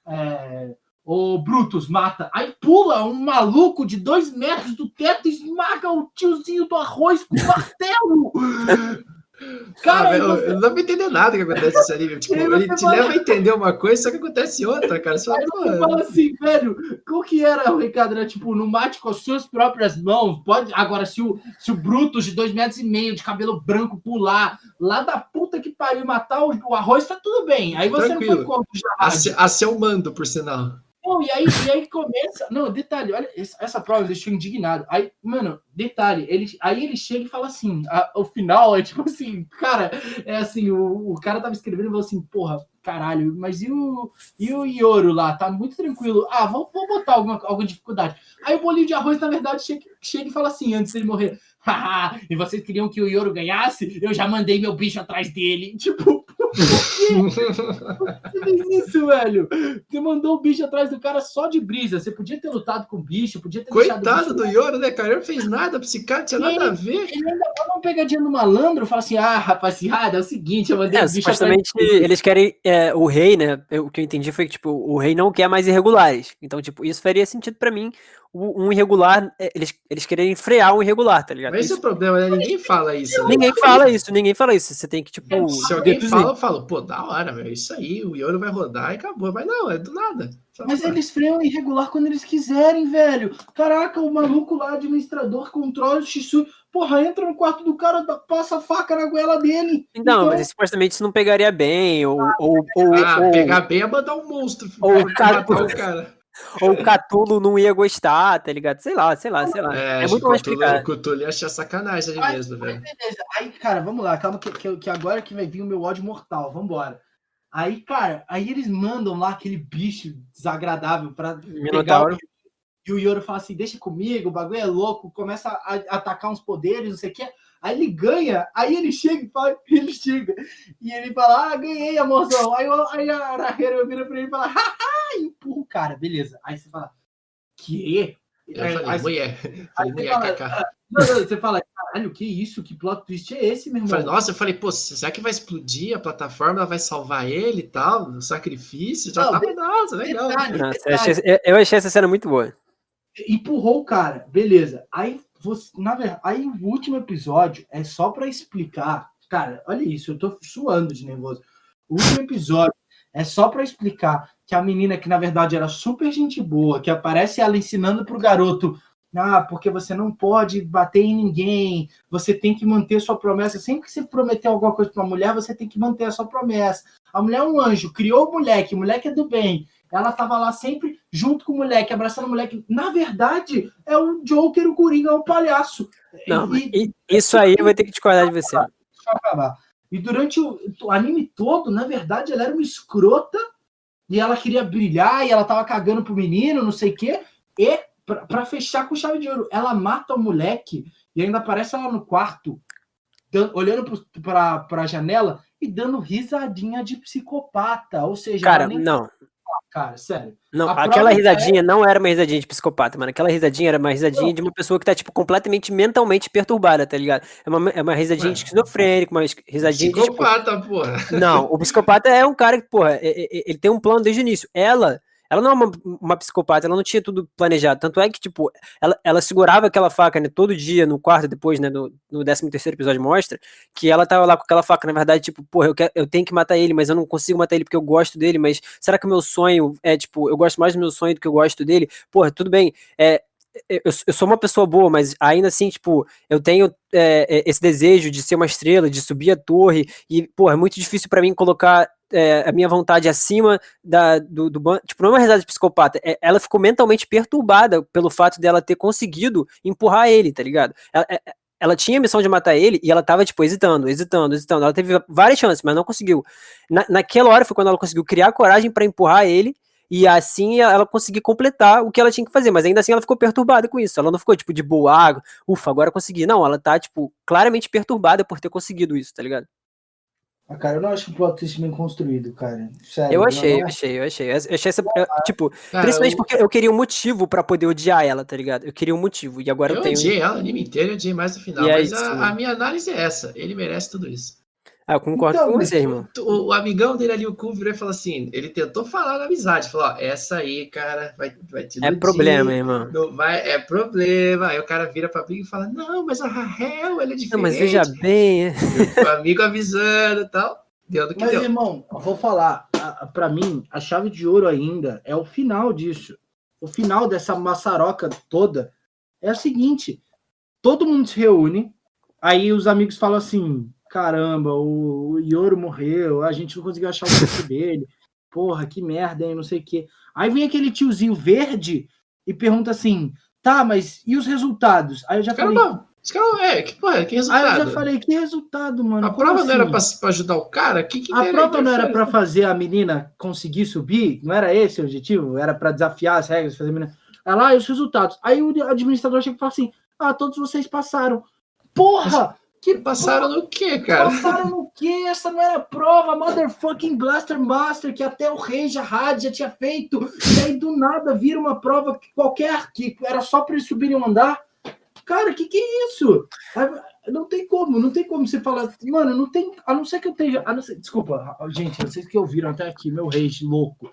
ô Brutus, mata. Aí pula um maluco de 2 metros do teto e esmaga o tiozinho do arroz com o martelo.
Cara, eu não dá pra entender nada que acontece nesse anime. Tipo, ele te leva a entender uma coisa, só que acontece outra, cara. Você
fala assim, velho, qual que era o recado? Era tipo, não mate com as suas próprias mãos. Pode. Agora, se o Brutus de 2,5 metros, de cabelo branco, pular lá da puta que pariu matar o arroz, tá tudo bem. Aí você
tranquilo.
Não foi contra
a seu mando, por sinal.
Não, e aí começa... Não, detalhe, olha, essa prova me deixou indignado. Aí, mano, detalhe, ele chega e fala assim, o final é tipo assim, cara, é assim, o cara tava escrevendo e falou assim, porra, caralho, mas e o Yoro lá? Tá muito tranquilo. Vou botar alguma dificuldade. Aí o bolinho de arroz, na verdade, chega e fala assim, antes dele morrer, e vocês queriam que o Yoro ganhasse? Eu já mandei meu bicho atrás dele. Tipo, por quê? Você fez isso, velho? Você mandou o bicho atrás do cara só de brisa. Você podia ter lutado com o bicho, podia ter
coitado do Yoro, né, cara? Ele não fez nada pra esse cara, não tinha nada a ver.
Ele ainda dá uma pegadinha no malandro, fala assim, rapaziada, é o seguinte, eu mandei o bicho
supostamente eles querem, o rei, né, o que eu entendi foi que, tipo, o rei não quer mais irregulares. Então, tipo, isso faria sentido pra mim, um irregular, eles querem frear um irregular, tá ligado?
Mas esse é o problema, né? Ninguém fala isso. Né?
Ninguém fala isso. Você tem que, tipo...
Se alguém fala, eu falo, pô, da hora, velho, isso aí, o Yoro vai rodar e acabou. Mas não, é do nada.
Mas eles freiam irregular quando eles quiserem, velho. Caraca, o maluco lá, administrador, controla o Shisui. Porra, entra no quarto do cara, passa a faca na goela dele.
Então, mas supostamente isso não pegaria bem, ou
pegar bem é mandar um monstro.
Ou o cara... Ou o Catulo não ia gostar, tá ligado? Sei lá.
É muito mais complicado. O Cthulhu ia achar sacanagem ali mesmo, velho.
Beleza. Aí, cara, vamos lá. Calma que agora que vai vir o meu ódio mortal. Vambora. Aí, cara, eles mandam lá aquele bicho desagradável pra pegar o... E o Yoro fala assim, deixa comigo, o bagulho é louco, começa a atacar uns poderes, não sei o que. Aí ele ganha, aí ele chega e ele fala, ganhei, amorzão. Aí a Arahiro vira pra ele e fala, empurra o cara, beleza. Aí você fala, que?
Mulher,
você fala, caralho, que isso? Que plot twist é esse, meu irmão?
Eu falei, pô, será que vai explodir a plataforma, ela vai salvar ele e tal, no sacrifício? Já tava, nossa, legal.
Eu achei essa cena muito boa.
Empurrou o cara, beleza. Aí, aí o último episódio é só pra explicar. Cara, olha isso, eu tô suando de nervoso. O último episódio é só pra explicar que a menina, que na verdade era super gente boa, que aparece ela ensinando pro garoto, porque você não pode bater em ninguém, você tem que manter sua promessa. Sempre que você prometer alguma coisa pra mulher, você tem que manter a sua promessa. A mulher é um anjo, criou o moleque é do bem. Ela tava lá sempre junto com o moleque, abraçando o moleque. Na verdade, é o Joker, o Coringa, é o palhaço.
Não, isso aí vai ter que discordar de você.
Deixa eu acabar. E durante o anime todo, na verdade, ela era uma escrota e ela queria brilhar, e ela tava cagando pro menino, não sei o quê, e pra fechar com chave de ouro, ela mata o moleque, e ainda aparece ela no quarto, olhando pra janela, e dando risadinha de psicopata, ou seja,
Cara,
ela nem...
não.
Cara, sério.
Não,
A
aquela
prova
risadinha não era uma risadinha de psicopata, mano. Aquela risadinha era uma risadinha de uma pessoa que tá, tipo, completamente mentalmente perturbada, tá ligado? É uma risadinha de esquizofrênico, uma risadinha de, tipo...
Psicopata, porra.
Não, o psicopata é um cara que, porra, ele tem um plano desde o início. Ela não é uma psicopata, ela não tinha tudo planejado. Tanto é que, tipo, ela segurava aquela faca, né, todo dia no quarto, depois, né, no 13º episódio mostra, que ela tava lá com aquela faca, na verdade, tipo, porra, eu tenho que matar ele, mas eu não consigo matar ele porque eu gosto dele, mas será que o meu sonho é, tipo, eu gosto mais do meu sonho do que eu gosto dele? Porra, tudo bem, eu sou uma pessoa boa, mas ainda assim, tipo, eu tenho esse desejo de ser uma estrela, de subir a torre, e, pô, é muito difícil pra mim colocar a minha vontade acima do banco. Tipo, não é uma risada de psicopata, ela ficou mentalmente perturbada pelo fato dela ter conseguido empurrar ele, tá ligado? Ela tinha a missão de matar ele e ela tava, tipo, hesitando. Ela teve várias chances, mas não conseguiu. Naquela hora foi quando ela conseguiu criar coragem pra empurrar ele, e assim ela conseguiu completar o que ela tinha que fazer, mas ainda assim ela ficou perturbada com isso. Ela não ficou, tipo, de boa, ufa, agora eu consegui. Não, ela tá, tipo, claramente perturbada por ter conseguido isso, tá ligado?
Cara, eu não acho que o plot twist bem construído, cara. Sério.
Eu achei essa, tipo,
Cara,
principalmente porque eu queria um motivo pra poder odiar ela, tá ligado? Eu queria um motivo, e agora eu tenho...
odiei ela o anime inteiro, eu odiei mais no final, mas a minha análise é essa, ele merece tudo isso.
Eu concordo com você, irmão.
O amigão dele ali, o Ku, virou e falou assim, ele tentou falar na amizade, falou, ó, essa aí, cara, vai te iludir.
É problema, irmão.
Não vai, é problema. Aí o cara vira pra briga e fala, não, mas a Rahel, ela é diferente.
Não, mas veja bem...
O amigo avisando e tal, deu do que deu.
Mas, irmão, eu vou falar, pra mim, a chave de ouro ainda é o final disso. O final dessa maçaroca toda é o seguinte, todo mundo se reúne, aí os amigos falam assim... Caramba, o Yoro morreu, a gente não conseguiu achar o corpo dele. Porra, que merda, hein? Não sei o quê. Aí vem aquele tiozinho verde e pergunta assim, tá, mas e os resultados? Aí eu já falei...
que resultado?
Aí eu já falei, que resultado, mano?
A prova assim? Não era pra ajudar o cara?
A prova não era pra fazer a menina conseguir subir? Não era esse o objetivo? Era pra desafiar as regras, fazer a menina... Ela lá, e os resultados? Aí o administrador chega e fala assim, todos vocês passaram. Porra!
Que passaram no quê, cara?
Passaram no quê? Essa não era prova, motherfucking Blaster Master, que até o rei Jahad já tinha feito, e aí do nada vira uma prova qualquer, que era só para eles subirem um andar. Cara, que é isso? Não tem como você falar, mano, não tem, a não ser que eu esteja, desculpa, gente, vocês que ouviram até aqui, meu rage louco,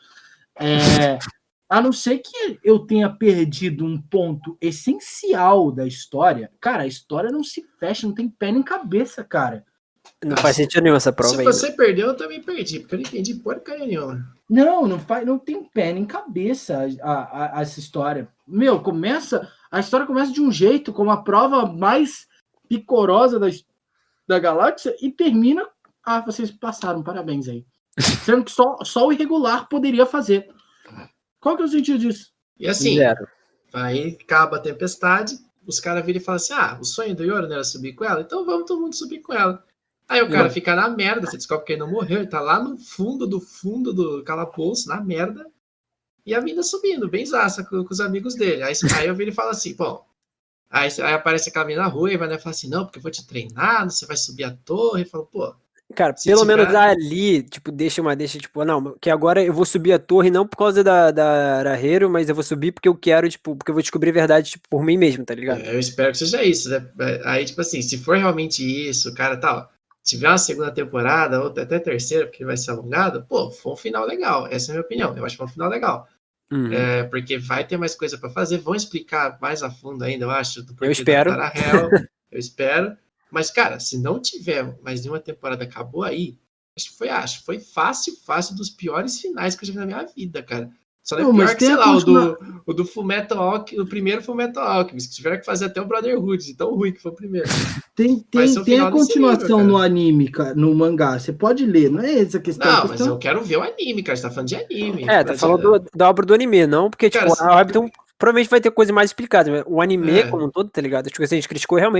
a não ser que eu tenha perdido um ponto essencial da história, cara, a história não se fecha, não tem pé nem cabeça, cara.
Não faz sentido nenhum essa prova aí.
Se você perdeu, eu também perdi, porque eu não entendi porcaria nenhuma.
Não tem pé nem cabeça essa história. Meu, a história começa de um jeito, como a prova mais picorosa da galáxia, e termina, vocês passaram, parabéns aí. Sendo que só o irregular poderia fazer. Qual que é o sentido disso?
E assim, aí acaba a tempestade, os caras viram e falam assim, o sonho do Yoro não era subir com ela? Então vamos todo mundo subir com ela. Aí o cara fica na merda, você descobre que ele não morreu, ele tá lá no fundo do calabouço, na merda, e a mina subindo, bem zaça, com os amigos dele. Aí eu viro e falo assim, bom, aí aparece aquela mina ruiva, né, fala assim, não, porque eu vou te treinar, você vai subir a torre, e falo, pô...
Cara, pelo menos ali, tipo, deixa, tipo, não, que agora eu vou subir a torre não por causa da Arahiro, mas eu vou subir porque eu quero, tipo, porque eu vou descobrir a verdade, tipo, por mim mesmo, tá ligado?
Eu espero que seja isso, né? Aí, tipo assim, se for realmente isso, cara, tal, tiver uma segunda temporada, ou até terceira, porque vai ser alongado, pô, foi um final legal, essa é a minha opinião, eu acho que foi um final legal. Porque vai ter mais coisa pra fazer, vão explicar mais a fundo ainda, eu acho, do porquê da Arahel, eu espero. Mas, cara, se não tiver mais nenhuma temporada, acabou aí, acho que foi fácil dos piores finais que eu já vi na minha vida, cara. Só não é pior que, sei lá, o do Fullmetal Alchemist, o primeiro Fullmetal Alchemist, que tiveram que fazer até o Brotherhood, de tão ruim que foi o primeiro.
Tem a continuação nível, no anime, cara, no mangá, você pode ler, não é essa a questão.
Não, mas eu quero ver o anime, cara, você tá falando de anime.
Tá falando da obra do anime, não, porque, cara, tipo, a Webtoon provavelmente vai ter coisa mais explicada, o anime como um todo, tá ligado? Tipo, a gente criticou realmente...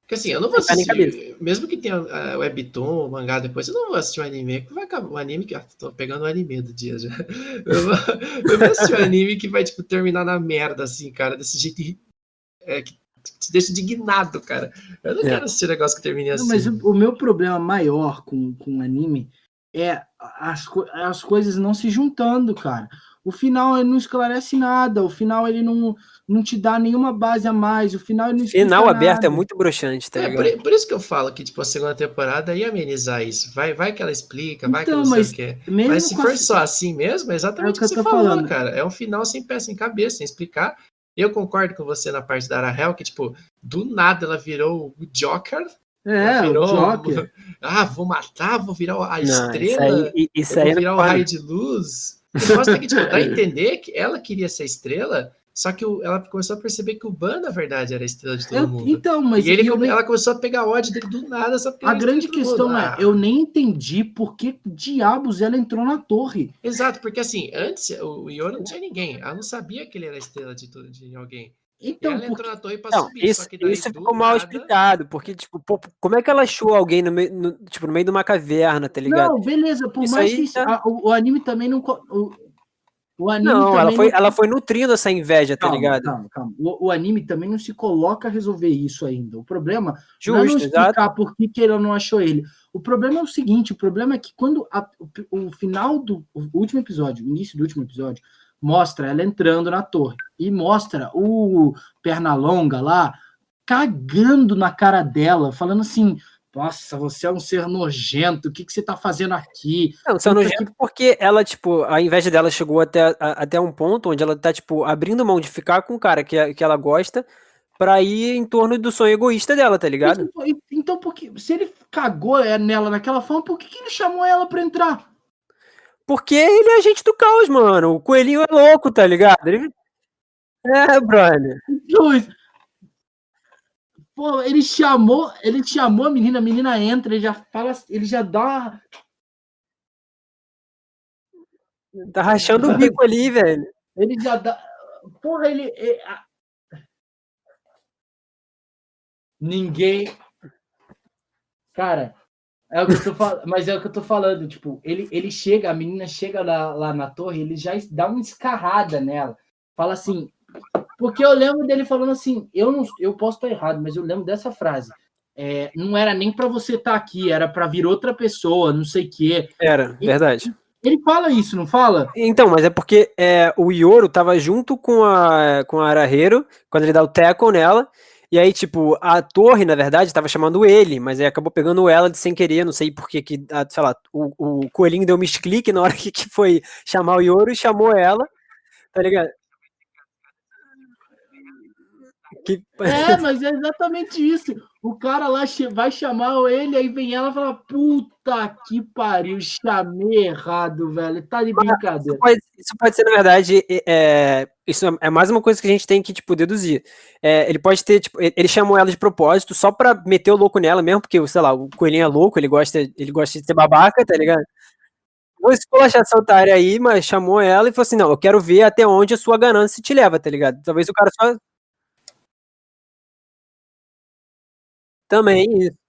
Porque assim, eu não vou
Sem pé nem
assistir, mesmo que tenha o webtoon, o mangá depois, eu não vou assistir um anime que vai acabar, um anime que, tô pegando o anime do dia já, eu vou assistir um anime que vai, tipo, terminar na merda, assim, cara, desse jeito que te deixa indignado, cara. Eu não quero assistir um negócio que termine assim.
Não, mas o meu problema maior com anime é as coisas não se juntando, cara. O final ele não esclarece nada, o final ele não te dá nenhuma base a mais, o final ele não explica
Final aberto
nada.
é muito broxante, tá ligado?
Por isso que eu falo que, tipo, a segunda temporada ia amenizar isso. Vai que ela explica, vai que
Então,
não sei
mas
o que é.
mesmo
Mas se
com
for só assim mesmo, é exatamente o que
eu
você
tô
falou,
falando.
cara. É um final sem pé, sem cabeça, sem explicar. Eu concordo com você na parte da Arahel, que, tipo, do nada ela virou o Joker. Ela virou,
o Joker.
Vou matar, vou virar a
Não,
estrela,
isso
eu
aí
vou virar o
não
raio de luz. E mostra que, tipo, dá a entender que ela queria ser estrela, só que ela começou a perceber que o Ban, na verdade, era a estrela de todo mundo.
Então, mas
e ela começou a pegar ódio dele do nada, só porque
a grande questão eu nem entendi por que diabos ela entrou na torre.
Exato, porque assim, antes o Yoro não tinha ninguém. Ela não sabia que ele era a estrela de alguém.
Então,
ela entrou na torre pra
Não,
subir, só que daí
isso ficou mal explicado, porque, tipo, pô, como é que ela achou alguém no meio de uma caverna, tá ligado?
Não, beleza, por
Isso
mais
aí
que o anime também não. O anime
Não,
também
ela foi nutrindo essa inveja, tá ligado?
Calma. O anime também não se coloca a resolver isso ainda. O problema não é não
Justo,
explicar
exato.
por que ela não achou ele. O problema é o seguinte: o problema é que quando o final do último episódio, o início do último episódio, mostra ela entrando na torre e mostra o Pernalonga lá cagando na cara dela, falando assim: nossa, você é um ser nojento, o que você tá fazendo aqui?
Não, só nojento porque ela, tipo, a inveja dela chegou até um ponto onde ela tá, tipo, abrindo mão de ficar com o cara que ela gosta pra ir em torno do sonho egoísta dela, tá ligado?
Então, se ele cagou nela naquela forma, por que ele chamou ela pra entrar?
Porque ele é agente do caos, mano. O coelhinho é louco, tá ligado? Brother.
Pô, ele chamou a menina entra, ele já fala, ele já dá.
Tá rachando o bico ali, velho.
Ele já dá. Porra, ninguém. Cara, é o que eu tô falando, mas é o que eu tô falando, tipo, ele chega, a menina chega lá na torre, ele já dá uma escarrada nela. Fala assim, porque eu lembro dele falando assim, eu posso estar errado, mas eu lembro dessa frase. Não era nem para você estar aqui, era para vir outra pessoa, não sei o quê.
Era, verdade.
Ele fala isso, não fala?
Então, mas é porque o Yoro tava junto com a Arahiro, quando ele dá o tackle nela, e aí, tipo, a torre, na verdade, tava chamando ele, mas aí acabou pegando ela de sem querer, não sei por que, sei lá, o coelhinho deu um misclick na hora que foi chamar o Yoro e chamou ela, tá ligado?
Mas é exatamente isso. O cara lá vai chamar ele, aí vem ela e fala: puta que pariu, chamei errado, velho. Tá de brincadeira.
Isso pode ser, na verdade, isso é mais uma coisa que a gente tem que, tipo, deduzir. Ele pode ter, tipo, ele chamou ela de propósito só pra meter o louco nela mesmo, porque, sei lá, o coelhinho é louco, ele gosta de ser babaca, tá ligado? Vou esculachar essa otária aí, mas chamou ela e falou assim: não, eu quero ver até onde a sua ganância te leva, tá ligado? Talvez o cara só. Também, isso.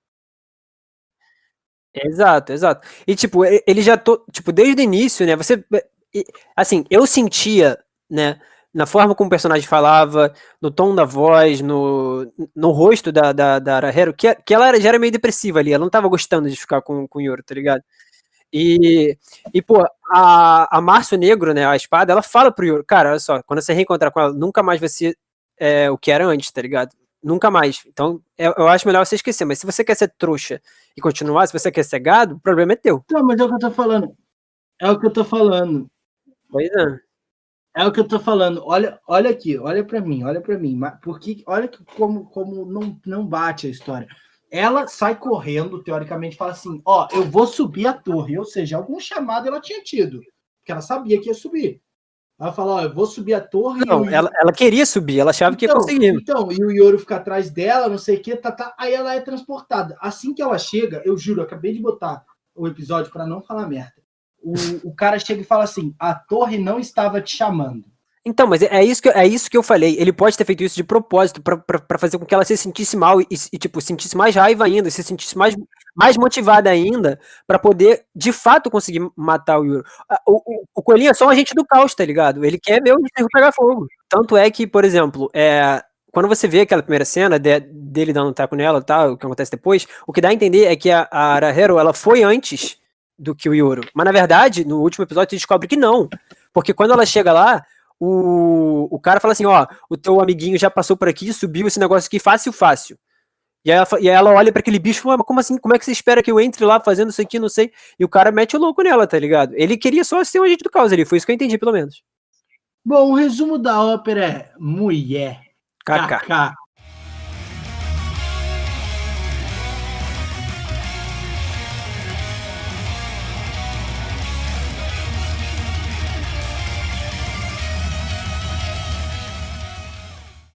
Exato. E, tipo, ele já tipo, desde o início, né, assim, eu sentia, né, na forma como o personagem falava, no tom da voz, no rosto da Arahiro, que ela já era meio depressiva ali, ela não tava gostando de ficar com o Yoro, tá ligado? Pô, a Março Negro, né, a espada, ela fala pro Yoro, cara, olha só, quando você reencontrar com ela, nunca mais vai ser o que era antes, tá ligado? Nunca mais. Então, eu acho melhor você esquecer. Mas se você quer ser trouxa e continuar, se você quer ser gado, o problema é teu.
Não, mas é o que eu tô falando.
Pois é.
É o que eu tô falando. Olha aqui, olha pra mim. Porque olha como não bate a história. Ela sai correndo, teoricamente, fala assim: ó, eu vou subir a torre. Ou seja, algum chamado ela tinha tido. Porque ela sabia que ia subir. Ela fala: ó, eu vou subir a torre.
Não, ela queria subir, ela achava que ia conseguir.
Então, e o Yoro fica atrás dela, não sei o que, aí ela é transportada. Assim que ela chega, eu juro, eu acabei de botar o episódio para não falar merda. O cara chega e fala assim: a torre não estava te chamando.
Então, mas é isso que eu falei. Ele pode ter feito isso de propósito pra fazer com que ela se sentisse mal e, tipo, sentisse mais raiva ainda, se sentisse mais motivada ainda pra poder, de fato, conseguir matar o Yuro. O Coelhinho é só um agente do caos, tá ligado? Ele quer ver o circo pegar fogo. Tanto é que, por exemplo, quando você vê aquela primeira cena dele dando um taco nela e tal, o que acontece depois, o que dá a entender é que a Arahiro, ela foi antes do que o Yoro. Mas, na verdade, no último episódio, você descobre que não. Porque quando ela chega lá, o cara fala assim, ó, o teu amiguinho já passou por aqui, subiu esse negócio aqui fácil. E aí ela olha pra aquele bicho e fala, mas como assim? Como é que você espera que eu entre lá fazendo isso aqui, não sei? E o cara mete o louco nela, tá ligado? Ele queria só ser um agente do caos ali, foi isso que eu entendi, pelo menos.
Bom, o resumo da ópera é mulher.
KK.
KK.